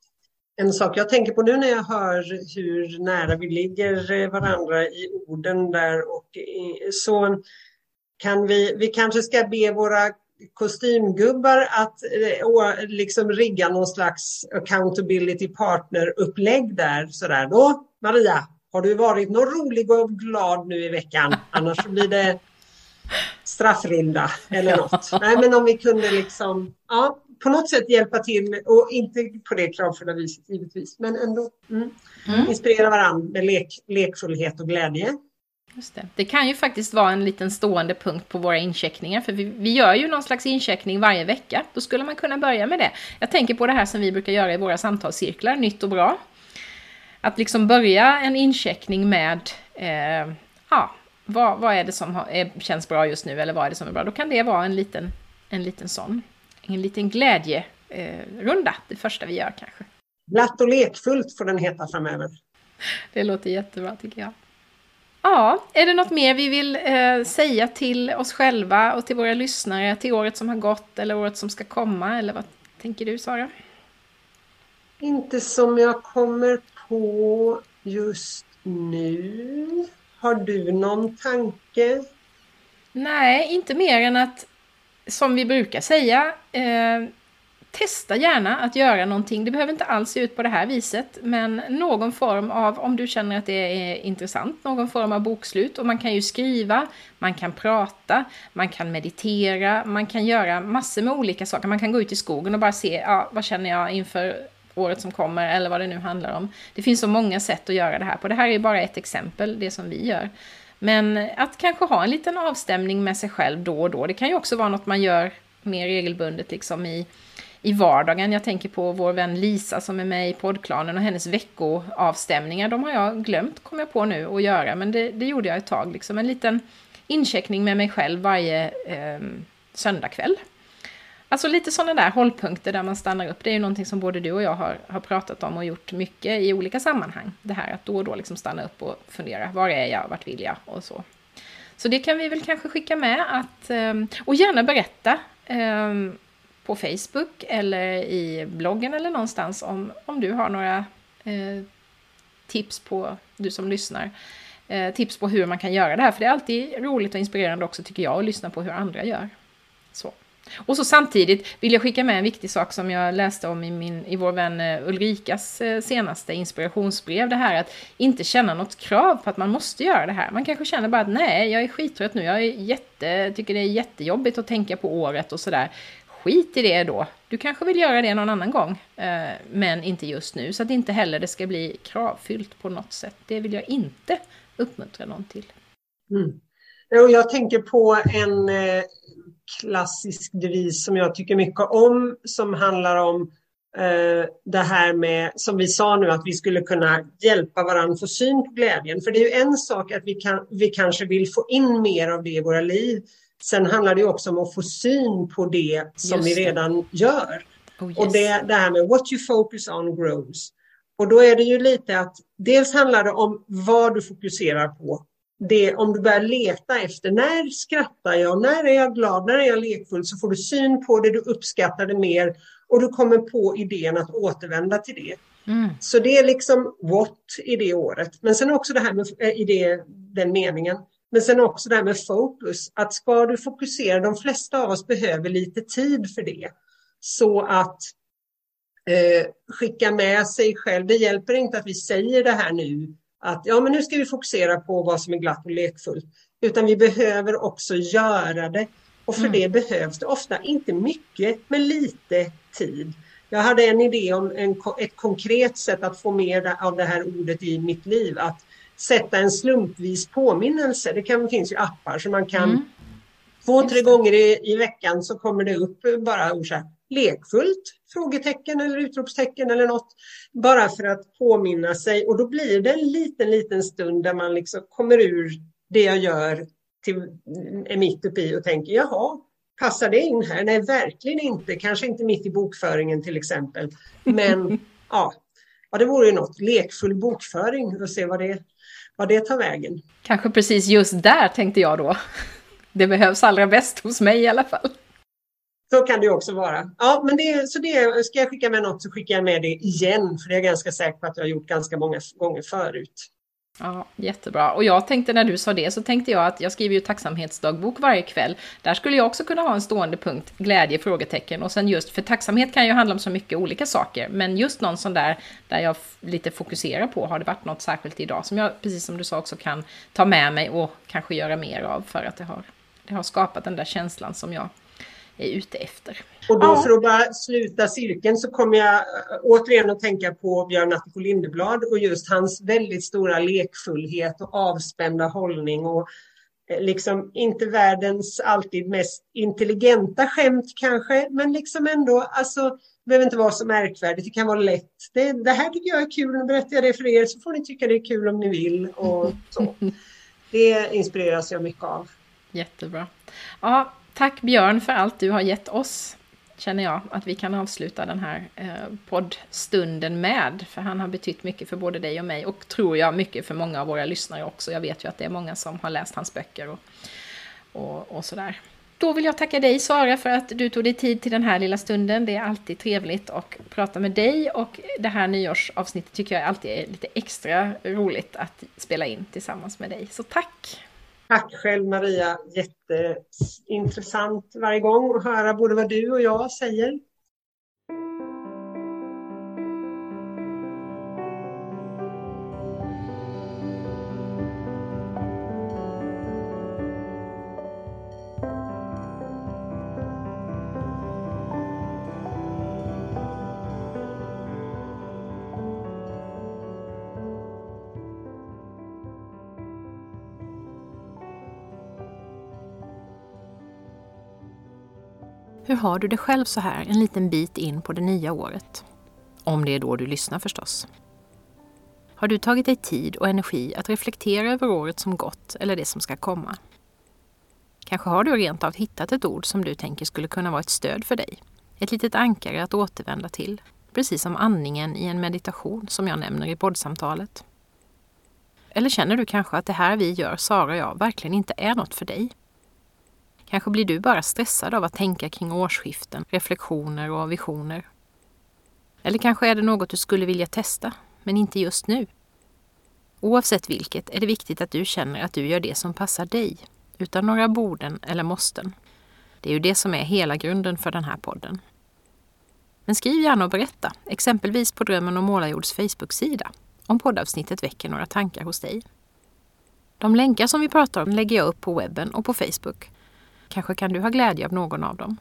En sak jag tänker på nu när jag hör hur nära vi ligger varandra i orden där, och så kan vi, vi kanske ska be våra kostymgubbar att eh, liksom rigga någon slags accountability partner-upplägg där. Sådär då, Maria, har du varit någon rolig och glad nu i veckan? Annars blir det straffrunda eller något. Nej, men om vi kunde liksom, ja, på något sätt hjälpa till, och inte på det kravfulla viset givetvis, men ändå mm, mm. inspirera varandra med lek, lekfullhet och glädje. Just det. Det kan ju faktiskt vara en liten stående punkt på våra incheckningar, för vi, vi gör ju någon slags incheckning varje vecka. Då skulle man kunna börja med det. Jag tänker på det här som vi brukar göra i våra samtalscirklar, nytt och bra. Att liksom börja en incheckning med eh, ja, vad, vad är det som har, är, känns bra just nu, eller vad är det som är bra. Då kan det vara en liten, en liten sån, en liten glädjerunda, eh, det första vi gör kanske. Glatt och lekfullt får den heta framöver. Det låter jättebra tycker jag. Ja, är det något mer vi vill eh, säga till oss själva och till våra lyssnare till året som har gått eller året som ska komma? Eller vad tänker du, Sara? Inte som jag kommer på just nu. Har du någon tanke? Nej, inte mer än att, som vi brukar säga, eh, testa gärna att göra någonting. Det behöver inte alls se ut på det här viset, men någon form av, om du känner att det är intressant, någon form av bokslut. Och man kan ju skriva, man kan prata, man kan meditera, man kan göra massor med olika saker. Man kan gå ut i skogen och bara se, ja, vad känner jag inför året som kommer, eller vad det nu handlar om. Det finns så många sätt att göra det här på. Det här är bara ett exempel, det som vi gör. Men att kanske ha en liten avstämning med sig själv då och då. Det kan ju också vara något man gör mer regelbundet liksom i, i vardagen. Jag tänker på vår vän Lisa som är med i poddklanen och hennes veckoavstämningar. De har jag glömt, kommer jag på nu, att göra. Men det, det gjorde jag ett tag. Liksom en liten incheckning med mig själv varje eh, söndagkväll. Alltså lite sådana där hållpunkter där man stannar upp. Det är ju någonting som både du och jag har, har pratat om och gjort mycket i olika sammanhang. Det här att då och då liksom stanna upp och fundera. Var är jag? Vart vill jag? Och så. Så det kan vi väl kanske skicka med. Att, och gärna berätta på Facebook eller i bloggen eller någonstans om, om du har några eh, tips på, du som lyssnar. Eh, tips på hur man kan göra det här. För det är alltid roligt och inspirerande också tycker jag att lyssna på hur andra gör. Så. Och så samtidigt vill jag skicka med en viktig sak som jag läste om i, min, i vår vän Ulrikas senaste inspirationsbrev. Det här att inte känna något krav på att man måste göra det här. Man kanske känner bara att nej, jag är skittrött nu. Jag är jätte, tycker det är jättejobbigt att tänka på året och sådär. Skit i det då. Du kanske vill göra det någon annan gång. Eh, men inte just nu. Så att inte heller det ska bli kravfyllt på något sätt. Det vill jag inte uppmuntra någon till. Mm. Och jag tänker på en eh, klassisk devis som jag tycker mycket om. Som handlar om eh, det här med, som vi sa nu, att vi skulle kunna hjälpa varandra få syn på glädjen. För det är ju en sak att vi, kan, vi kanske vill få in mer av det i våra liv. Sen handlar det också om att få syn på det som vi redan gör. Oh, yes. Och det, det här med what you focus on grows. Och då är det ju lite att dels handlar det om vad du fokuserar på. Det, om du börjar leta efter när skrattar jag, när är jag glad, när är jag lekfull, så får du syn på det, du uppskattar det mer och du kommer på idén att återvända till det. Mm. Så det är liksom what i det året. Men sen också det här med i det, den meningen. Men sen också det här med fokus. Att ska du fokusera, de flesta av oss behöver lite tid för det. Så att eh, skicka med sig själv. Det hjälper inte att vi säger det här nu. Att ja, men nu ska vi fokusera på vad som är glatt och lekfullt. Utan vi behöver också göra det. Och för mm. det behövs det ofta inte mycket, men lite tid. Jag hade en idé om en, ett konkret sätt att få mer av det här ordet i mitt liv. Att sätta en slumpvis påminnelse. Det kan, finns ju appar som man kan mm. två, tre gånger i, i veckan så kommer det upp bara ord så här, lekfullt, frågetecken eller utropstecken eller något. Bara för att påminna sig. Och då blir det en liten, liten stund där man liksom kommer ur det jag gör till, är mitt uppe i och tänker, jaha, passar det in här? Nej, verkligen inte. Kanske inte mitt i bokföringen till exempel. Men ja, ja, det vore ju något. Lekfull bokföring och se vad det, vad det tar vägen. Kanske precis just där tänkte jag då. Det behövs allra bäst hos mig i alla fall. Så kan det också vara. Ja, men det, så det, ska jag skicka med något så skickar jag med det igen. För det är jag ganska säker på att jag har gjort ganska många gånger förut. Ja, jättebra. Och jag tänkte när du sa det så tänkte jag att jag skriver ju tacksamhetsdagbok varje kväll. Där skulle jag också kunna ha en stående punkt, glädje, frågetecken. Och sen just, för tacksamhet kan ju handla om så mycket olika saker. Men just någon sån där, där jag lite fokuserar på, har det varit något särskilt idag som jag, precis som du sa, också kan ta med mig och kanske göra mer av. För att det har, det har skapat den där känslan som jag är ute efter. Och då ja. För att bara sluta cirkeln så kommer jag återigen att tänka på Björn Attiko Lindeblad och just hans väldigt stora lekfullhet och avspända hållning och liksom inte världens alltid mest intelligenta skämt kanske, men liksom ändå, alltså det behöver inte vara så märkvärdigt, det kan vara lätt. Det, det här tycker jag är kul, nu berättar jag det för er så får ni tycka det är kul om ni vill och så. Det inspireras jag mycket av. Jättebra. Ja, tack Björn för allt du har gett oss, känner jag att vi kan avsluta den här eh, poddstunden med. För han har betytt mycket för både dig och mig och tror jag mycket för många av våra lyssnare också. Jag vet ju att det är många som har läst hans böcker och, och, och sådär. Då vill jag tacka dig Sara för att du tog dig tid till den här lilla stunden. Det är alltid trevligt att prata med dig och det här nyårsavsnittet tycker jag alltid är lite extra roligt att spela in tillsammans med dig. Så tack! Tack själv Maria, jätteintressant varje gång att höra både vad du och jag säger. Hur har du det själv så här en liten bit in på det nya året? Om det är då du lyssnar förstås. Har du tagit dig tid och energi att reflektera över året som gått eller det som ska komma? Kanske har du rent av hittat ett ord som du tänker skulle kunna vara ett stöd för dig. Ett litet ankare att återvända till, precis som andningen i en meditation som jag nämner i poddsamtalet. Eller känner du kanske att det här vi gör, Sara och jag, verkligen inte är något för dig? Kanske blir du bara stressad av att tänka kring årsskiften, reflektioner och visioner. Eller kanske är det något du skulle vilja testa, men inte just nu. Oavsett vilket är det viktigt att du känner att du gör det som passar dig, utan några borden eller måsten. Det är ju det som är hela grunden för den här podden. Men skriv gärna och berätta, exempelvis på Drömmen om Målarjords Facebook-sida, om poddavsnittet väcker några tankar hos dig. De länkar som vi pratar om lägger jag upp på webben och på Facebook. Kanske kan du ha glädje av någon av dem.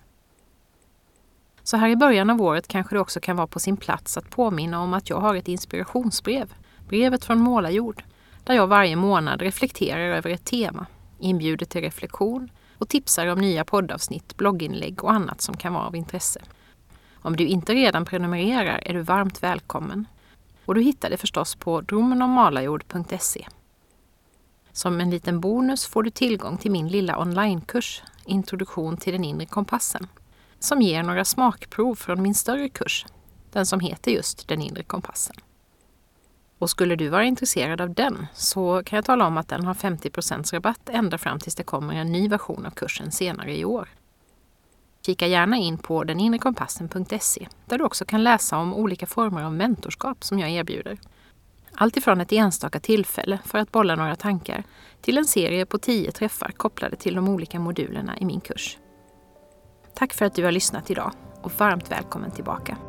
Så här i början av året kanske det också kan vara på sin plats att påminna om att jag har ett inspirationsbrev, brevet från Målarjord, där jag varje månad reflekterar över ett tema, inbjuder till reflektion och tipsar om nya poddavsnitt, blogginlägg och annat som kan vara av intresse. Om du inte redan prenumererar är du varmt välkommen. Och du hittar det förstås på drömmen om målarjord punkt se. Som en liten bonus får du tillgång till min lilla onlinekurs, Introduktion till den inre kompassen, som ger några smakprov från min större kurs, den som heter just Den inre kompassen. Och skulle du vara intresserad av den så kan jag tala om att den har femtio procent rabatt ända fram tills det kommer en ny version av kursen senare i år. Kika gärna in på den inre kompassen punkt se där du också kan läsa om olika former av mentorskap som jag erbjuder. Allt ifrån ett enstaka tillfälle för att bolla några tankar till en serie på tio träffar kopplade till de olika modulerna i min kurs. Tack för att du har lyssnat idag och varmt välkommen tillbaka.